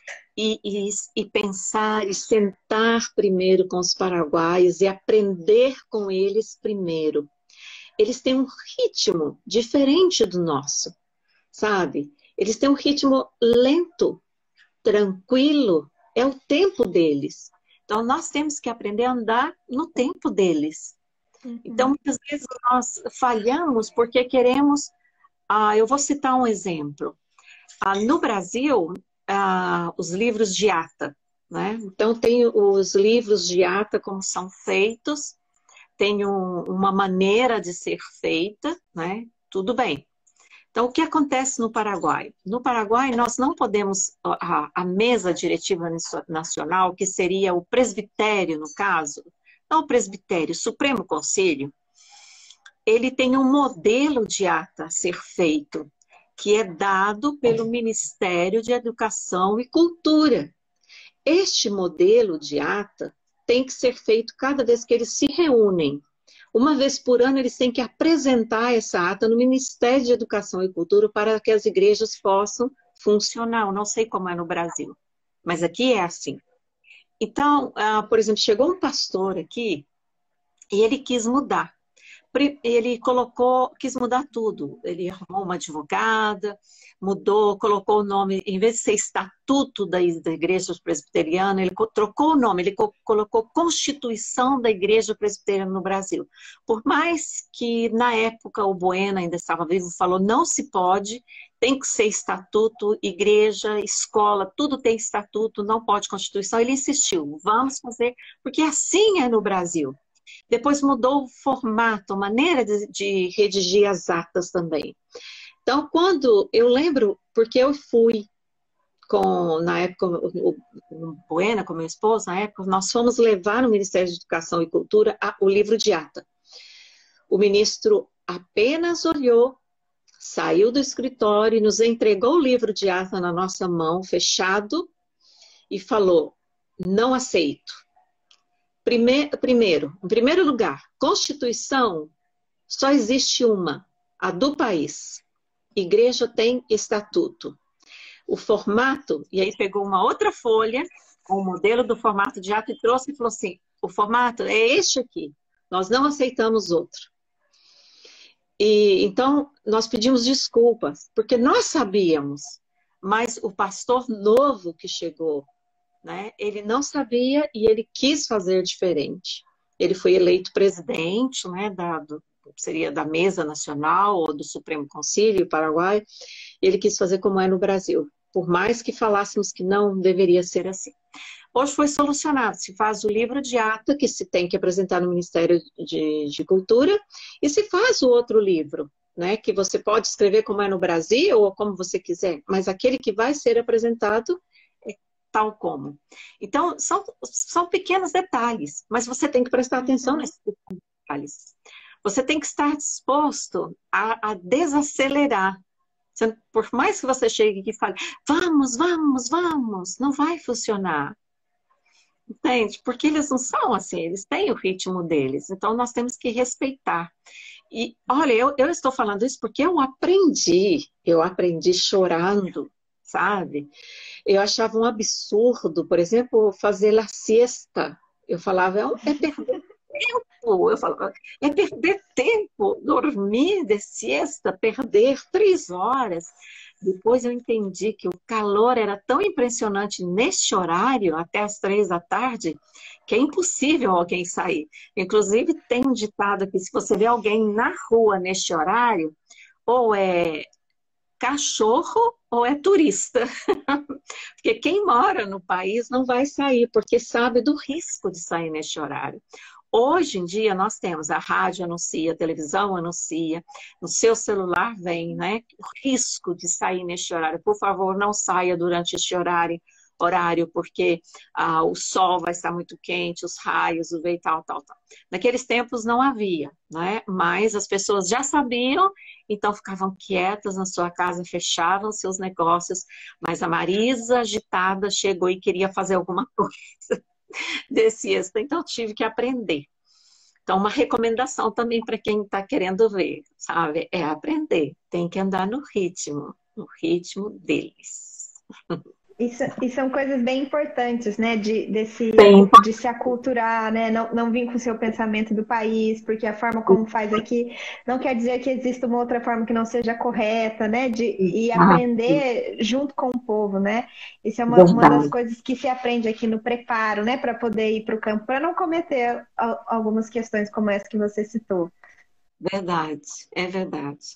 e pensar e sentar primeiro com os paraguaios e aprender com eles primeiro. Eles têm um ritmo diferente do nosso, sabe? Eles têm um ritmo lento, tranquilo, é o tempo deles. Então, nós temos que aprender a andar no tempo deles. Então, muitas vezes nós falhamos porque queremos... eu vou citar um exemplo. No Brasil, os livros de ata, né? Então, tem os livros de ata como são feitos, tem uma maneira de ser feita, né? Tudo bem. Então, o que acontece no Paraguai? No Paraguai, nós não podemos... A mesa diretiva nacional, que seria o presbitério, no caso, não o presbitério, o Supremo Conselho, ele tem um modelo de ata a ser feito, que é dado pelo Ministério de Educação e Cultura. Este modelo de ata tem que ser feito cada vez que eles se reúnem. Uma vez por ano, eles têm que apresentar essa ata no Ministério de Educação e Cultura para que as igrejas possam funcionar. Eu não sei como é no Brasil, mas aqui é assim. Então, por exemplo, chegou um pastor aqui e ele quis mudar. Ele quis mudar tudo. Ele arrumou uma advogada, mudou, colocou o nome, em vez de ser Estatuto da Igreja Presbiteriana, ele trocou o nome, ele colocou Constituição da Igreja Presbiteriana no Brasil. Por mais que na época o Bueno ainda estava vivo, falou não se pode, tem que ser estatuto, igreja, escola, tudo tem estatuto, não pode Constituição. Ele insistiu, vamos fazer, porque assim é no Brasil. Depois mudou o formato, a maneira de redigir as atas também. Então, quando eu lembro, porque eu fui na época, o Bueno, com meu esposo, na época, nós fomos levar no Ministério de Educação e Cultura o livro de ata. O ministro apenas olhou, saiu do escritório e nos entregou o livro de ata na nossa mão, fechado, e falou, não aceito. Primeiro, em primeiro lugar, Constituição só existe uma, a do país. Igreja tem estatuto. O formato, e aí pegou uma outra folha, com o modelo do formato de ata e trouxe e falou assim, o formato é este aqui, nós não aceitamos outro. E então, nós pedimos desculpas, porque nós sabíamos, mas o pastor novo que chegou, né, ele não sabia e ele quis fazer diferente. Ele foi eleito presidente, né, seria da Mesa Nacional ou do Supremo Concílio Paraguai. Ele quis fazer como é no Brasil, por mais que falássemos que não deveria ser assim. Hoje foi solucionado, se faz o livro de ata que se tem que apresentar no Ministério de Cultura e se faz o outro livro, né, que você pode escrever como é no Brasil ou como você quiser, mas aquele que vai ser apresentado tal como. Então, são pequenos detalhes, mas você tem que prestar atenção nesses pequenos detalhes. Você tem que estar disposto a desacelerar. Por mais que você chegue aqui e fale, vamos, vamos, vamos, não vai funcionar. Entende? Porque eles não são assim, eles têm o ritmo deles. Então, nós temos que respeitar. E, olha, eu estou falando isso porque eu aprendi chorando, sabe? Eu achava um absurdo, por exemplo, fazer la siesta. Eu falava, é perder tempo. Eu falava, é perder tempo, dormir de siesta, perder 3 horas. Depois eu entendi que o calor era tão impressionante neste horário, até as 3 da tarde, que é impossível alguém sair. Inclusive, tem um ditado aqui, se você vê alguém na rua neste horário, ou é cachorro ou é turista. Porque quem mora no país não vai sair, porque sabe do risco de sair neste horário. Hoje em dia nós temos a rádio anuncia, a televisão anuncia, no seu celular vem, né? O risco de sair neste horário. Por favor, não saia durante este horário, porque o sol vai estar muito quente, os raios, o vento, tal. Naqueles tempos não havia, né? Mas as pessoas já sabiam, então ficavam quietas na sua casa, fechavam seus negócios, mas a Marisa, agitada, chegou e queria fazer alguma coisa desse êxito, então tive que aprender. Então, uma recomendação também para quem está querendo ver, sabe? É aprender, tem que andar no ritmo deles. E são coisas bem importantes, né? De se aculturar, né? Não vir com o seu pensamento do país, porque a forma como faz aqui não quer dizer que exista uma outra forma que não seja correta, né? E aprender junto com o povo, né? Isso é uma das coisas que se aprende aqui no preparo, né? Para poder ir para o campo, para não cometer algumas questões como essa que você citou. Verdade, é verdade.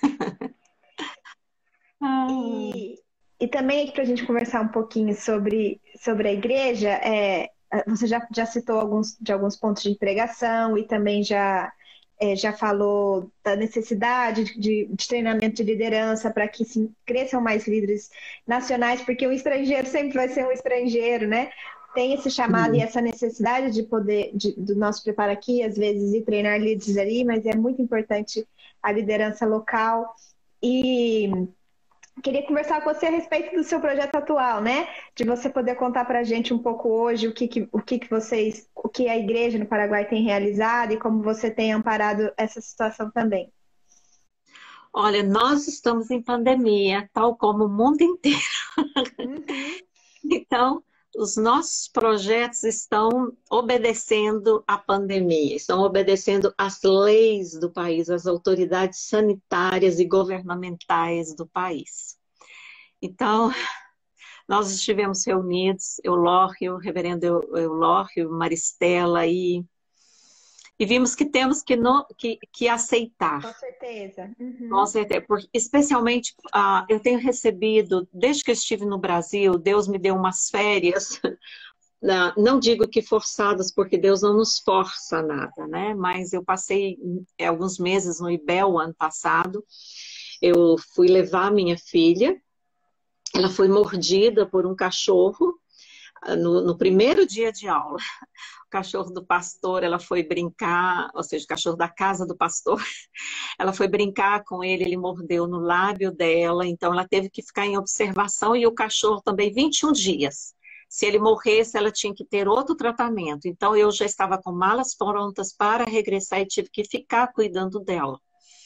E também aqui para a gente conversar um pouquinho sobre a igreja, você já citou alguns pontos de pregação e também já falou da necessidade de treinamento de liderança para que cresçam mais líderes nacionais, porque o estrangeiro sempre vai ser um estrangeiro, né? tem esse chamado e essa necessidade de poder, do nosso preparo aqui, às vezes, e treinar líderes ali, mas é muito importante a liderança local. E queria conversar com você a respeito do seu projeto atual, né? De você poder contar para a gente um pouco hoje o que a igreja no Paraguai tem realizado e como você tem amparado essa situação também. Olha, nós estamos em pandemia, tal como o mundo inteiro. Então, os nossos projetos estão obedecendo à pandemia, estão obedecendo às leis do país, às autoridades sanitárias e governamentais do país. Então, nós estivemos reunidos, Eulório, o reverendo Eulório, Maristela, e vimos que temos que aceitar. Com certeza. Com certeza. Porque, especialmente, eu tenho recebido, desde que eu estive no Brasil, Deus me deu umas férias, não digo que forçadas, porque Deus não nos força a nada, né? Mas eu passei alguns meses no IBEL ano passado, eu fui levar minha filha, ela foi mordida por um cachorro no primeiro dia de aula. O cachorro do pastor, ela foi brincar, ou seja, o cachorro da casa do pastor, ela foi brincar com ele mordeu no lábio dela, então ela teve que ficar em observação e o cachorro também 21 dias. Se ele morresse, ela tinha que ter outro tratamento. Então eu já estava com malas prontas para regressar e tive que ficar cuidando dela.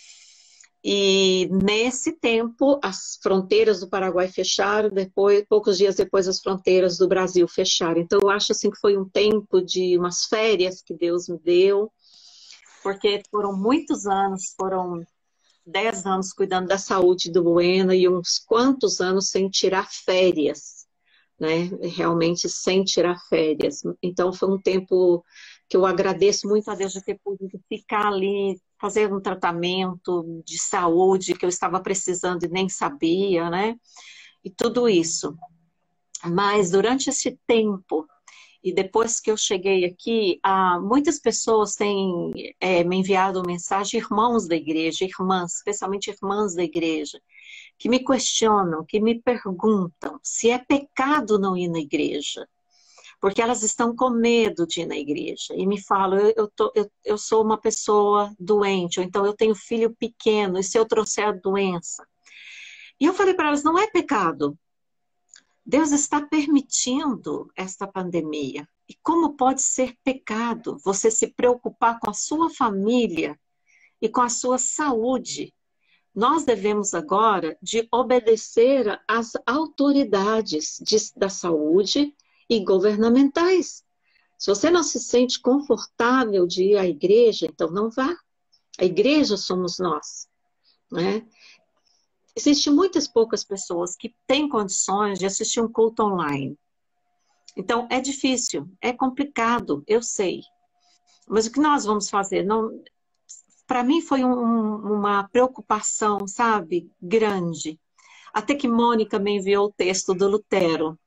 E nesse tempo, as fronteiras do Paraguai fecharam, poucos dias depois as fronteiras do Brasil fecharam. Então eu acho assim que foi um tempo de umas férias que Deus me deu, porque foram muitos anos, foram 10 anos cuidando da saúde do Bueno e uns quantos anos sem tirar férias, né? Realmente sem tirar férias. Então foi um tempo que eu agradeço muito a Deus de ter podido ficar ali, fazer um tratamento de saúde que eu estava precisando e nem sabia, né? E tudo isso. Mas durante esse tempo, e depois que eu cheguei aqui, muitas pessoas têm me enviado mensagem, irmãos da igreja, irmãs, especialmente irmãs da igreja, que me questionam, que me perguntam se é pecado não ir na igreja. Porque elas estão com medo de ir na igreja. E me falam, eu sou uma pessoa doente, ou então eu tenho filho pequeno, e se eu trouxer a doença? E eu falei para elas, não é pecado. Deus está permitindo esta pandemia. E como pode ser pecado você se preocupar com a sua família e com a sua saúde? Nós devemos agora de obedecer às autoridades da saúde e governamentais. Se você não se sente confortável de ir à igreja, então não vá. A igreja somos nós, né? Existem muitas poucas pessoas que têm condições de assistir um culto online. Então, é difícil, é complicado, eu sei. Mas o que nós vamos fazer? Para mim foi uma preocupação, sabe, grande. Até que Mônica me enviou o texto do Lutero.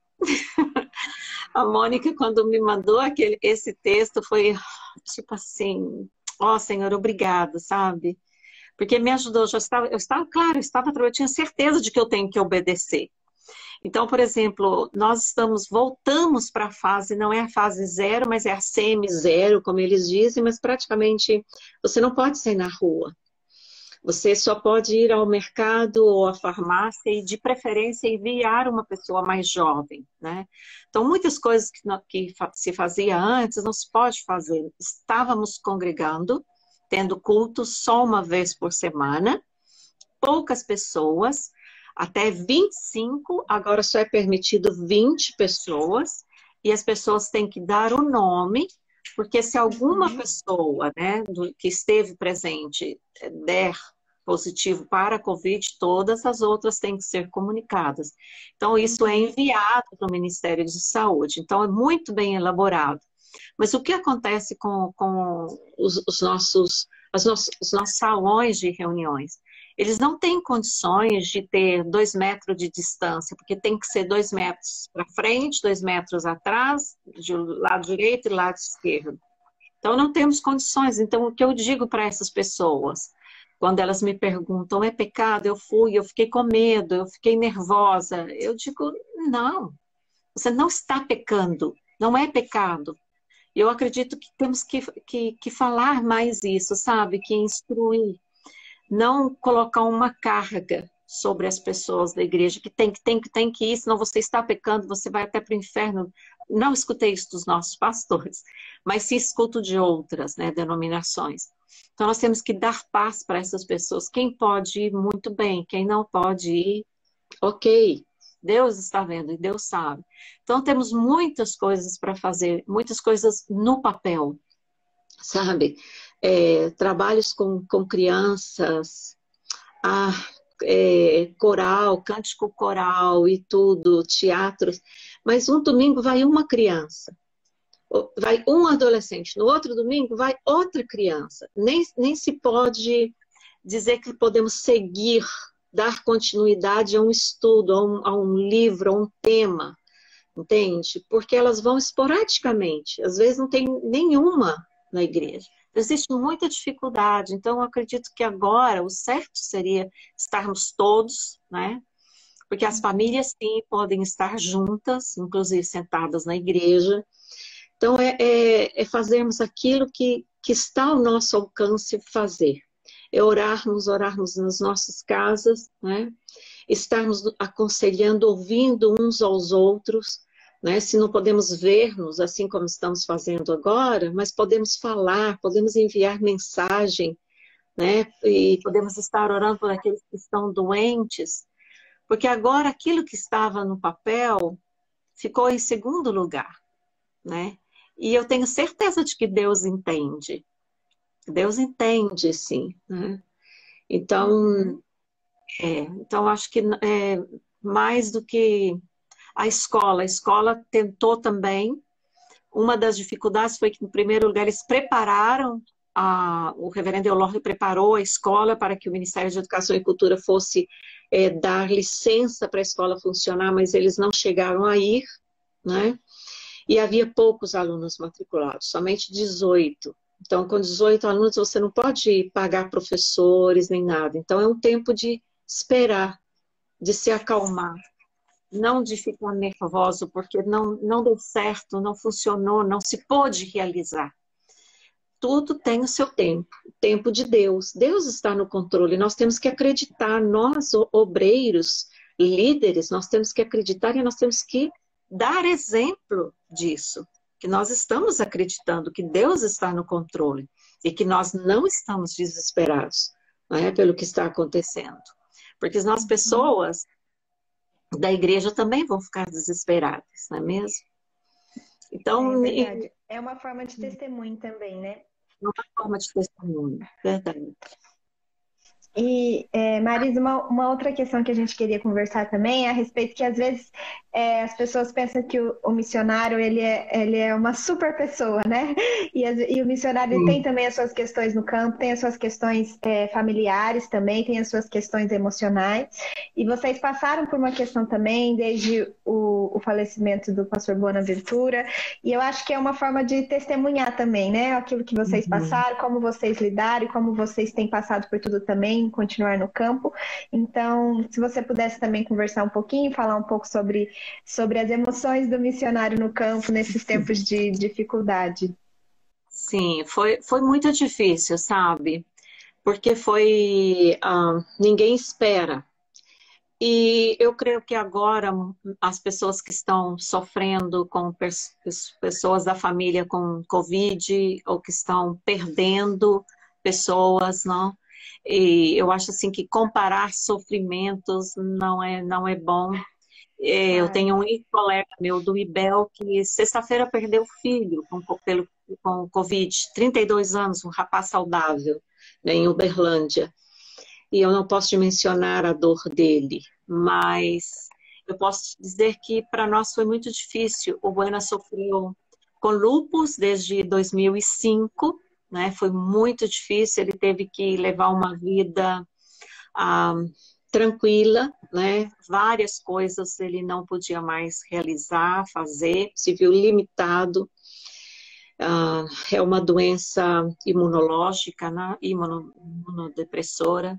A Mônica, quando me mandou esse texto, foi tipo assim, ó Senhor, obrigado, sabe? Porque me ajudou, eu tinha certeza de que eu tenho que obedecer. Então, por exemplo, nós voltamos para a fase, não é a fase 0, mas é a semi-0, como eles dizem, mas praticamente você não pode sair na rua. Você só pode ir ao mercado ou à farmácia e, de preferência, enviar uma pessoa mais jovem, né? Então, muitas coisas que se fazia antes não se pode fazer. Estávamos congregando, tendo culto só uma vez por semana, poucas pessoas, até 25, agora só é permitido 20 pessoas, e as pessoas têm que dar o nome, porque se alguma pessoa, né, que esteve presente der positivo para a Covid, todas as outras têm que ser comunicadas. Então, isso é enviado para o Ministério de Saúde. Então, é muito bem elaborado. Mas o que acontece com os nossos salões de reuniões? Eles não têm condições de ter 2 metros de distância, porque tem que ser 2 metros para frente, 2 metros atrás, de lado direito e lado esquerdo. Então, não temos condições. Então, o que eu digo para essas pessoas, quando elas me perguntam, é pecado? Eu fiquei com medo, eu fiquei nervosa. Eu digo, não, você não está pecando. não é pecado. Eu acredito que temos que falar mais isso, sabe? Que instruir, não colocar uma carga sobre as pessoas da igreja, que tem que ir, senão você está pecando, você vai até para o inferno. Não escutei isso dos nossos pastores, mas sim escuto de outras, né, denominações. Então nós temos que dar paz para essas pessoas. Quem pode ir, muito bem. Quem não pode ir, ok. Deus está vendo e Deus sabe. Então temos muitas coisas para fazer, muitas coisas no papel, sabe? Trabalhos com crianças, ah, coral, cântico coral e tudo, teatros. Mas um domingo vai uma criança, vai um adolescente, no outro domingo vai outra criança. Nem se pode dizer que podemos seguir, dar continuidade a um estudo, a um livro, a um tema, entende? Porque elas vão esporadicamente, às vezes não tem nenhuma na igreja. Existe muita dificuldade, então eu acredito que agora o certo seria estarmos todos, né? Porque as famílias sim podem estar juntas, inclusive sentadas na igreja. Então é fazermos aquilo que está ao nosso alcance fazer. É orarmos nas nossas casas, né? Estarmos aconselhando, ouvindo uns aos outros, né? Se não podemos ver-nos assim como estamos fazendo agora, mas podemos falar, podemos enviar mensagem, né? E podemos estar orando por aqueles que estão doentes, porque agora aquilo que estava no papel ficou em segundo lugar, né? E eu tenho certeza de que Deus entende. Deus entende, sim, né? Então, então acho que mais do que a escola tentou também. Uma das dificuldades foi que, em primeiro lugar, eles prepararam, o reverendo Eulório preparou a escola para que o Ministério de Educação e Cultura fosse dar licença para a escola funcionar, mas eles não chegaram a ir, né? E havia poucos alunos matriculados, somente 18. Então, com 18 alunos, você não pode pagar professores nem nada. Então, é um tempo de esperar, de se acalmar, não de ficar nervoso, porque não deu certo, não funcionou, não se pôde realizar. Tudo tem o seu tempo, o tempo de Deus. Deus está no controle, nós temos que acreditar, nós, obreiros, líderes, nós temos que acreditar e nós temos que dar exemplo disso, que nós estamos acreditando que Deus está no controle e que nós não estamos desesperados, né, pelo que está acontecendo. Porque as pessoas da igreja também vão ficar desesperadas, não é mesmo? Então, é uma forma de testemunho também, né? É uma forma de testemunho, verdade. E, Marisa, uma outra questão que a gente queria conversar também é a respeito que, às vezes, as pessoas pensam que o missionário, ele é uma super pessoa, né? E o missionário ele tem também as suas questões no campo, tem as suas questões familiares também, tem as suas questões emocionais. E vocês passaram por uma questão também, desde o falecimento do pastor Bonaventura, e eu acho que é uma forma de testemunhar também, né? Aquilo que vocês passaram, como vocês lidaram, como vocês têm passado por tudo também, continuar no campo. Então, se você pudesse também conversar um pouquinho, falar um pouco sobre as emoções do missionário no campo nesses tempos de dificuldade. Sim, foi muito difícil, sabe? Porque ninguém espera. E eu creio que agora as pessoas que estão sofrendo com pessoas da família com Covid ou que estão perdendo pessoas, não? E eu acho assim que comparar sofrimentos não é bom. Eu tenho um colega meu do IBEL que sexta-feira perdeu o filho com Covid, 32 anos, um rapaz saudável, né, em Uberlândia. E eu não posso te mencionar a dor dele, mas eu posso te dizer que para nós foi muito difícil. O Buena sofreu com lúpus desde 2005, né? Foi muito difícil, ele teve que levar uma vida tranquila, né? Várias coisas ele não podia mais realizar, fazer, se viu limitado. É uma doença imunológica, né? Imunodepressora,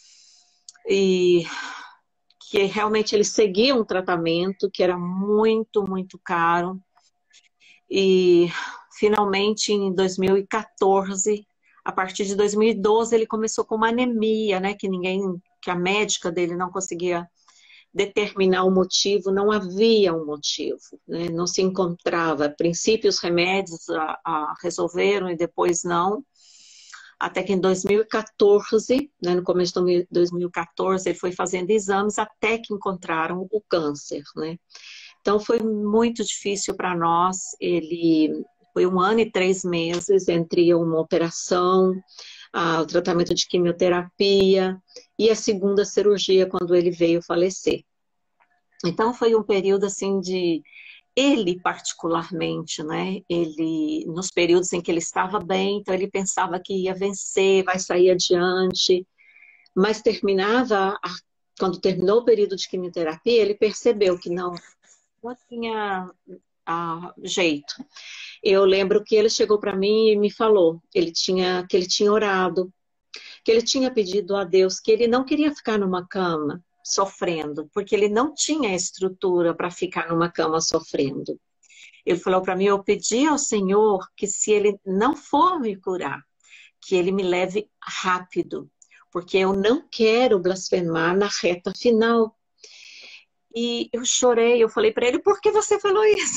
e que realmente ele seguia um tratamento que era muito, muito caro. E finalmente em 2014, a partir de 2012, ele começou com uma anemia, né? Que a médica dele não conseguia determinar o motivo, não havia um motivo, né? Não se encontrava. A princípio os remédios resolveram e depois não. Até que em 2014, né, no começo de 2014, ele foi fazendo exames até que encontraram o câncer, né? Então foi muito difícil para nós. Ele foi 1 ano e 3 meses entre uma operação, o tratamento de quimioterapia e a segunda cirurgia quando ele veio falecer. Então foi um período assim de ele particularmente, né? Ele nos períodos em que ele estava bem, então ele pensava que ia vencer, vai sair adiante, mas quando terminou o período de quimioterapia, ele percebeu que não tinha jeito. Eu lembro que ele chegou para mim e me falou que ele tinha orado, que ele tinha pedido a Deus que ele não queria ficar numa cama sofrendo, porque ele não tinha estrutura para ficar numa cama sofrendo. Ele falou para mim, eu pedi ao Senhor que se ele não for me curar, que ele me leve rápido, porque eu não quero blasfemar na reta final. E eu chorei, eu falei para ele, por que você falou isso?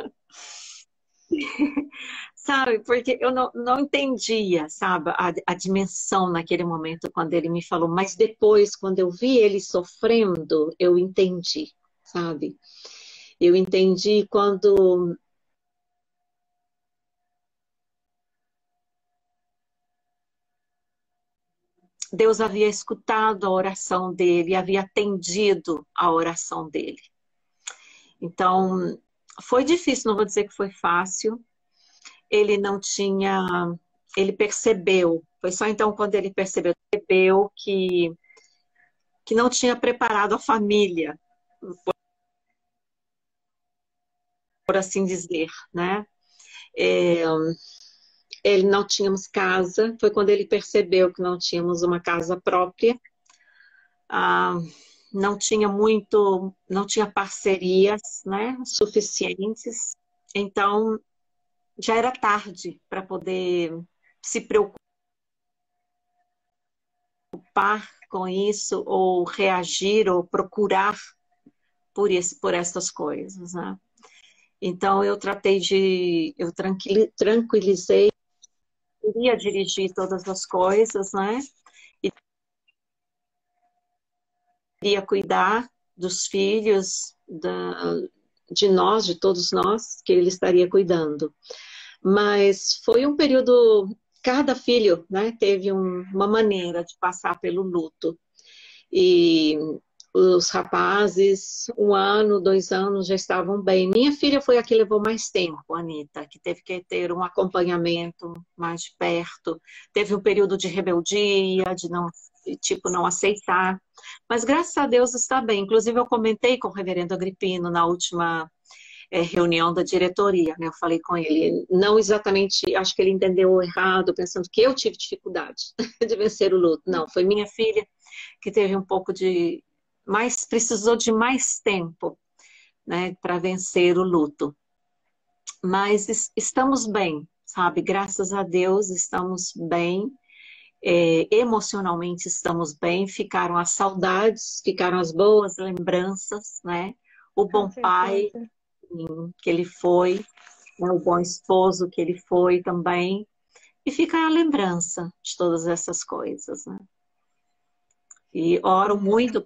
Sabe, porque eu não entendia, sabe, a dimensão naquele momento quando ele me falou, mas depois, quando eu vi ele sofrendo, eu entendi, sabe? Eu entendi quando Deus havia escutado a oração dele, havia atendido a oração dele. Então, foi difícil, não vou dizer que foi fácil. Ele não tinha, ele percebeu, foi só então quando ele percebeu que não tinha preparado a família, por assim dizer, né? Ele não tínhamos casa, foi quando ele percebeu que não tínhamos uma casa própria, não tinha parcerias, né, suficientes, então já era tarde para poder se preocupar com isso, ou reagir, ou procurar por essas coisas, né? Então eu tranquilizei, queria dirigir todas as coisas, né? E queria cuidar dos filhos, de nós, de todos nós, que ele estaria cuidando. Mas foi um período, cada filho, né, teve uma maneira de passar pelo luto. E os rapazes, 1 ano, 2 anos, já estavam bem. Minha filha foi a que levou mais tempo, Anita, que teve que ter um acompanhamento mais de perto. Teve um período de rebeldia, não aceitar. Mas graças a Deus está bem. Inclusive eu comentei com o reverendo Agripino na última reunião da diretoria, né? Eu falei com ele, não exatamente, acho que ele entendeu errado, pensando que eu tive dificuldade de vencer o luto. Não, foi minha filha que teve um pouco precisou de mais tempo, né, para vencer o luto. Mas estamos bem, sabe? Graças a Deus estamos bem, emocionalmente estamos bem, ficaram as saudades, ficaram as boas lembranças, né? O bom pai que ele foi, né, o bom esposo que ele foi também, e fica a lembrança de todas essas coisas, né? E oro muito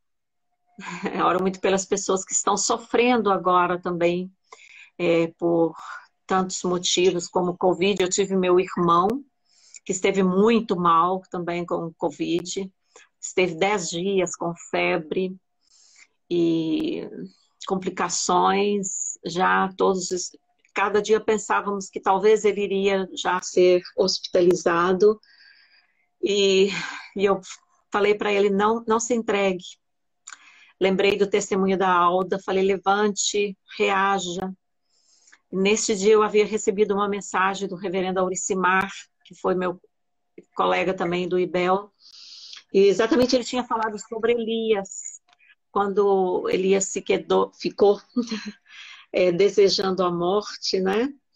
pelas pessoas que estão sofrendo agora também, por tantos motivos, como o Covid. Eu tive meu irmão, que esteve muito mal também com o Covid, esteve 10 dias com febre e complicações, cada dia pensávamos que talvez ele iria já ser hospitalizado, e eu falei para ele, não se entregue. Lembrei do testemunho da Alda, falei, levante, reaja. Neste dia eu havia recebido uma mensagem do reverendo Auricimar, que foi meu colega também do IBEL, e exatamente ele tinha falado sobre Elias, quando Elias ficou desejando a morte, né?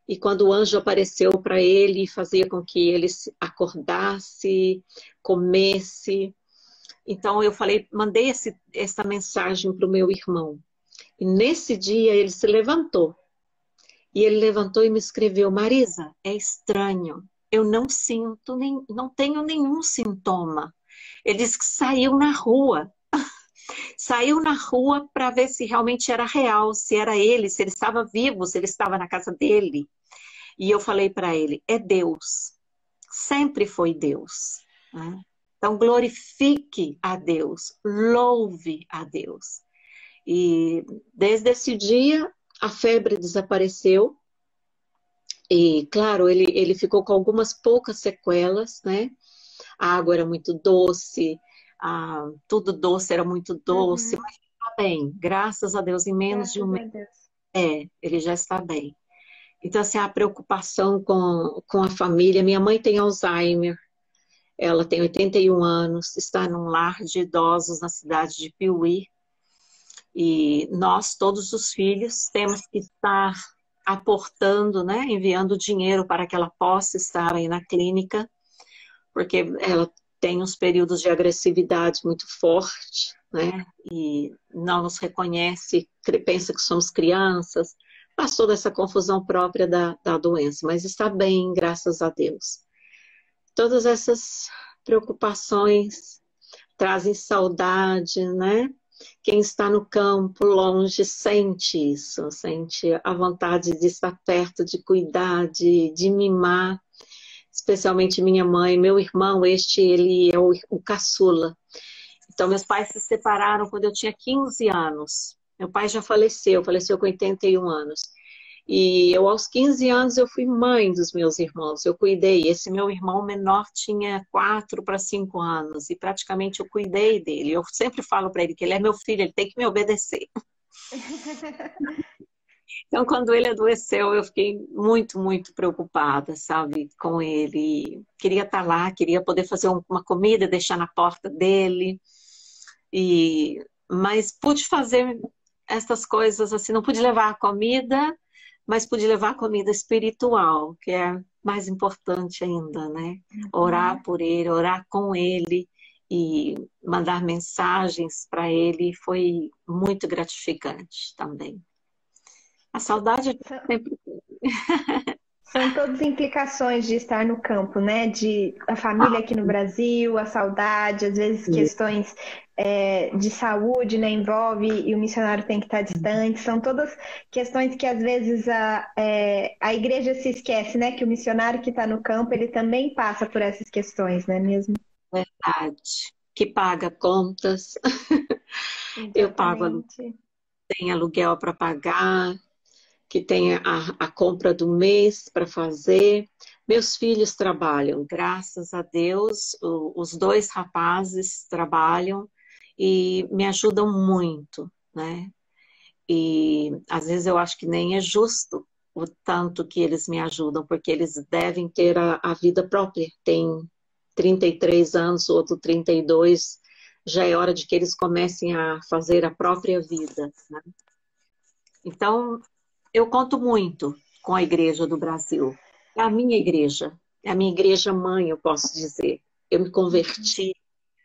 E quando o anjo apareceu para ele, fazia com que ele acordasse, comesse. Então eu falei, mandei essa mensagem para o meu irmão. E nesse dia ele se levantou. E ele levantou e me escreveu: Marisa, é estranho. Eu não sinto, não tenho nenhum sintoma. Ele disse que saiu na rua. Saiu na rua para ver se realmente era real, se era ele, se ele estava vivo, se ele estava na casa dele. E eu falei para ele: é Deus. Sempre foi Deus, né? Então glorifique a Deus, louve a Deus. E desde esse dia a febre desapareceu. E, claro, ele ficou com algumas poucas sequelas, né? A água era muito doce, tudo doce era muito doce, Uhum. mas está bem, graças a Deus, em menos de um Graças mês, a Deus. ele já está bem. Então, assim, a preocupação com a família. Minha mãe tem Alzheimer, ela tem 81 anos, está num lar de idosos na cidade de Piuí, e nós, todos os filhos, temos que estar aportando, né, enviando dinheiro para que ela possa estar aí na clínica, porque ela tem uns períodos de agressividade muito forte, né, e não nos reconhece, pensa que somos crianças, passou dessa confusão própria da doença, mas está bem, graças a Deus. Todas essas preocupações trazem saudade, né? Quem está no campo, longe, sente isso, sente a vontade de estar perto, de cuidar, de mimar, especialmente minha mãe. Meu irmão, ele é o caçula. Então, meus pais se separaram quando eu tinha 15 anos. Meu pai já faleceu com 81 anos. E eu, aos 15 anos, eu fui mãe dos meus irmãos, eu cuidei. Esse meu irmão menor tinha 4 para 5 anos e praticamente eu cuidei dele. Eu sempre falo para ele que ele é meu filho, ele tem que me obedecer. Então, quando ele adoeceu, eu fiquei muito, muito preocupada, sabe, com ele. Queria estar lá, queria poder fazer uma comida, deixar na porta dele. Mas pude fazer essas coisas assim, não pude levar a comida, mas pude levar a comida espiritual, que é mais importante ainda, né? Orar por ele, orar com ele e mandar mensagens para ele foi muito gratificante também. A saudade é sempre. São todas implicações de estar no campo, né? De a família aqui no Brasil, a saudade, às vezes questões de saúde, né? Envolve e o missionário tem que estar distante. São todas questões que às vezes a igreja se esquece, né? Que o missionário que está no campo, ele também passa por essas questões, não é mesmo? Verdade. Que paga contas. Eu pago, Exatamente. tem aluguel para pagar, que tem a compra do mês para fazer. Meus filhos trabalham, graças a Deus, os dois rapazes trabalham e me ajudam muito, né? E às vezes eu acho que nem é justo o tanto que eles me ajudam, porque eles devem ter a vida própria. Tem 33 anos, o outro 32, já é hora de que eles comecem a fazer a própria vida, né? Então, eu conto muito com a Igreja do Brasil. É a minha igreja mãe, eu posso dizer. Eu me converti,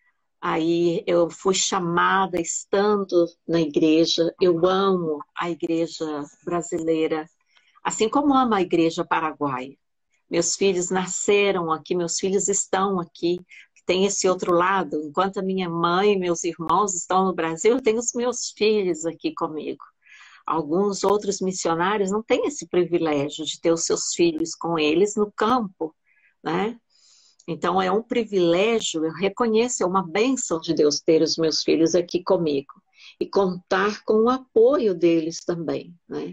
aí eu fui chamada estando na igreja. Eu amo a igreja brasileira, assim como amo a igreja paraguaia. Meus filhos nasceram aqui, meus filhos estão aqui. Tem esse outro lado. Enquanto a minha mãe e meus irmãos estão no Brasil, eu tenho os meus filhos aqui comigo. Alguns outros missionários não têm esse privilégio de ter os seus filhos com eles no campo, né? Então é um privilégio, eu reconheço, é uma bênção de Deus ter os meus filhos aqui comigo e contar com o apoio deles também, né?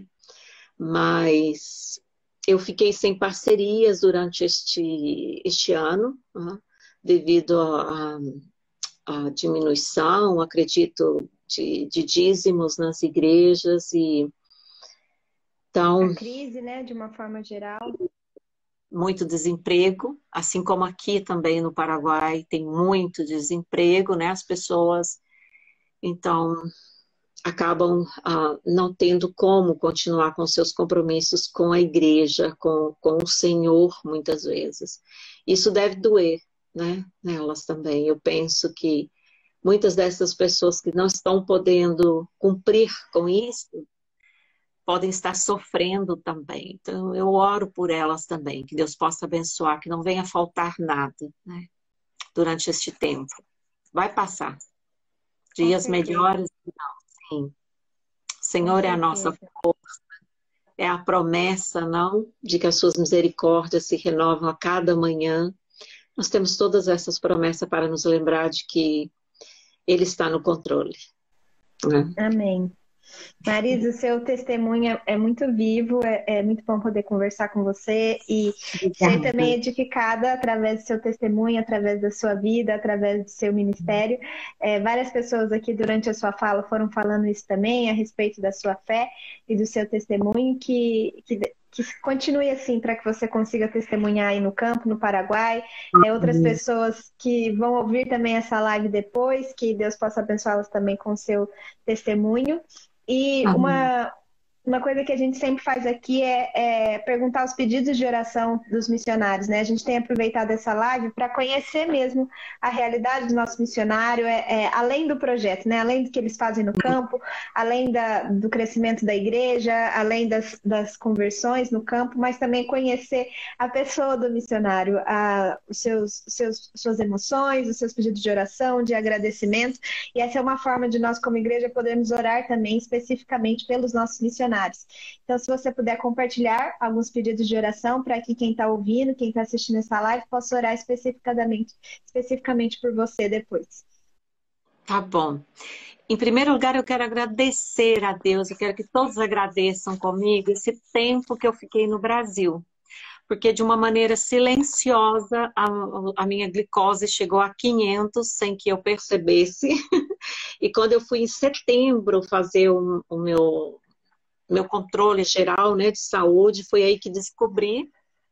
Mas eu fiquei sem parcerias durante este ano, né? Devido à diminuição, acredito, de dízimos nas igrejas e A então crise, né? De uma forma geral. muito desemprego, assim como aqui também no Paraguai tem muito desemprego, né? As pessoas, então acabam não tendo como continuar com seus compromissos com a igreja, com o Senhor, muitas vezes. Isso deve doer, né, nelas também. Eu penso que muitas dessas pessoas que não estão podendo cumprir com isso, podem estar sofrendo também. Então, eu oro por elas também, que Deus possa abençoar, que não venha faltar nada, né, durante este tempo. Vai passar. Com Dias certeza, melhores, sim. O com Senhor é a nossa certeza. força, é a promessa, não? De que as suas misericórdias se renovam a cada manhã. Nós temos todas essas promessas para nos lembrar de que Ele está no controle, né? Amém. Marisa, o seu testemunho é muito vivo, é muito bom poder conversar com você e ser também Obrigada. edificada através do seu testemunho, através da sua vida, através do seu ministério. Várias pessoas aqui durante a sua fala foram falando isso também, a respeito da sua fé e do seu testemunho, que continue assim para que você consiga testemunhar aí no campo, no Paraguai. Outras pessoas que vão ouvir também essa live depois, que Deus possa abençoá-las também com o seu testemunho. E Amém. uma coisa que a gente sempre faz aqui é perguntar os pedidos de oração dos missionários, né? A gente tem aproveitado essa live para conhecer mesmo a realidade do nosso missionário, além do projeto, né? Além do que eles fazem no campo, além do crescimento da igreja, além das conversões no campo, mas também conhecer a pessoa do missionário, suas emoções, os seus pedidos de oração, de agradecimento. E essa é uma forma de nós, como igreja, podermos orar também especificamente pelos nossos missionários. Então, se você puder compartilhar alguns pedidos de oração para que quem está ouvindo, quem está assistindo essa live, possa orar especificamente por você depois. Tá bom. Em primeiro lugar, eu quero agradecer a Deus, eu quero que todos agradeçam comigo esse tempo que eu fiquei no Brasil. Porque de uma maneira silenciosa, a minha glicose chegou a 500 sem que eu percebesse. E quando eu fui em setembro fazer o meu controle geral, né, de saúde, foi aí que descobri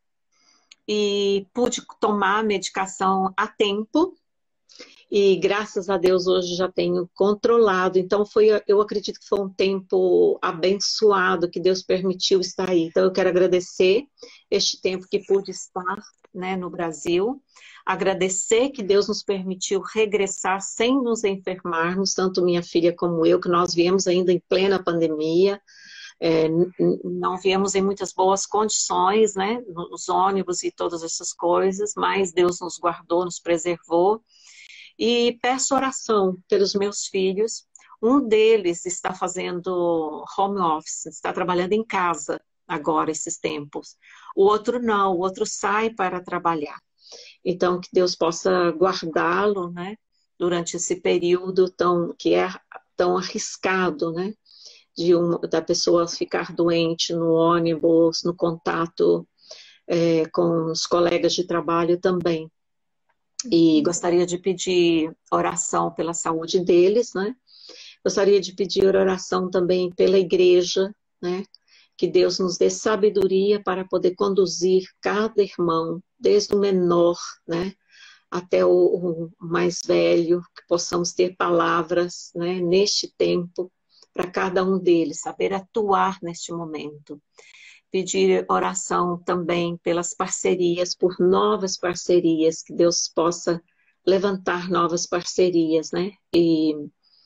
e pude tomar a medicação a tempo. E graças a Deus hoje já tenho controlado. Então eu acredito que foi um tempo abençoado que Deus permitiu estar aí. Então eu quero agradecer este tempo que pude estar, né, no Brasil. Agradecer que Deus nos permitiu regressar sem nos enfermarmos, tanto minha filha como eu, que nós viemos ainda em plena pandemia. Não viemos em muitas boas condições, né, nos ônibus e todas essas coisas, mas Deus nos guardou, nos preservou. E peço oração pelos meus filhos. Um deles está fazendo home office, está trabalhando em casa agora, esses tempos. O outro não, o outro sai para trabalhar. Então, que Deus possa guardá-lo, né, durante esse período que é tão arriscado, né, da pessoa ficar doente no ônibus, no contato com os colegas de trabalho também. E gostaria de pedir oração pela saúde deles, né? Gostaria de pedir oração também pela igreja, né? Que Deus nos dê sabedoria para poder conduzir cada irmão, desde o menor, né? Até o mais velho, que possamos ter palavras, né? Neste tempo, para cada um deles, saber atuar neste momento. Pedir oração também pelas parcerias, por novas parcerias, que Deus possa levantar novas parcerias, né? E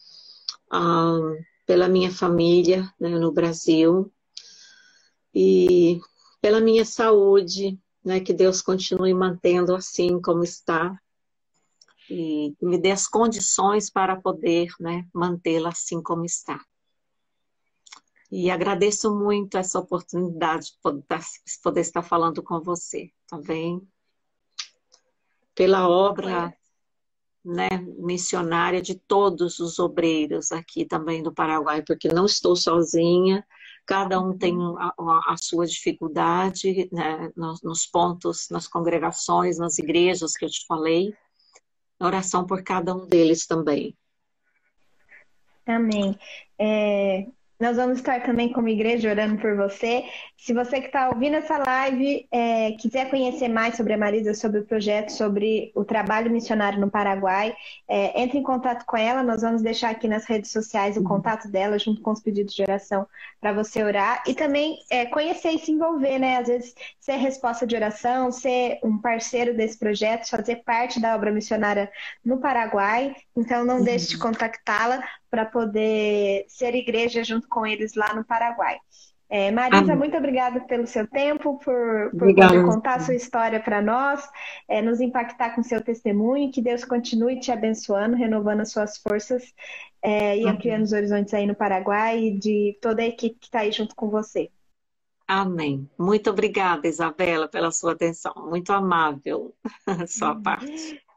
pela minha família, né, no Brasil, e pela minha saúde, né? Que Deus continue mantendo assim como está, e me dê as condições para poder, né, mantê-la assim como está. E agradeço muito essa oportunidade de poder estar falando com você, tá bem? Pela obra, né, missionária de todos os obreiros aqui também do Paraguai, porque não estou sozinha, cada um tem a sua dificuldade, né, nos pontos, nas congregações, nas igrejas que eu te falei. Oração por cada um deles também. Amém. Nós vamos estar também como igreja orando por você. Se você que está ouvindo essa live quiser conhecer mais sobre a Marisa, sobre o projeto, sobre o trabalho missionário no Paraguai, entre em contato com ela. Nós vamos deixar aqui nas redes sociais o contato dela, junto com os pedidos de oração, para você orar. E também conhecer e se envolver, né? Às vezes, ser resposta de oração, ser um parceiro desse projeto, fazer parte da obra missionária no Paraguai. Então, não deixe de contactá-la para poder ser igreja junto com eles lá no Paraguai. Marisa, Amém. muito obrigada pelo seu tempo, por poder Obrigada. contar a sua história para nós, nos impactar com seu testemunho, que Deus continue te abençoando, renovando as suas forças e ampliando os horizontes aí no Paraguai e de toda a equipe que está aí junto com você. Amém. Muito obrigada, Isabela, pela sua atenção. Muito amável a sua parte.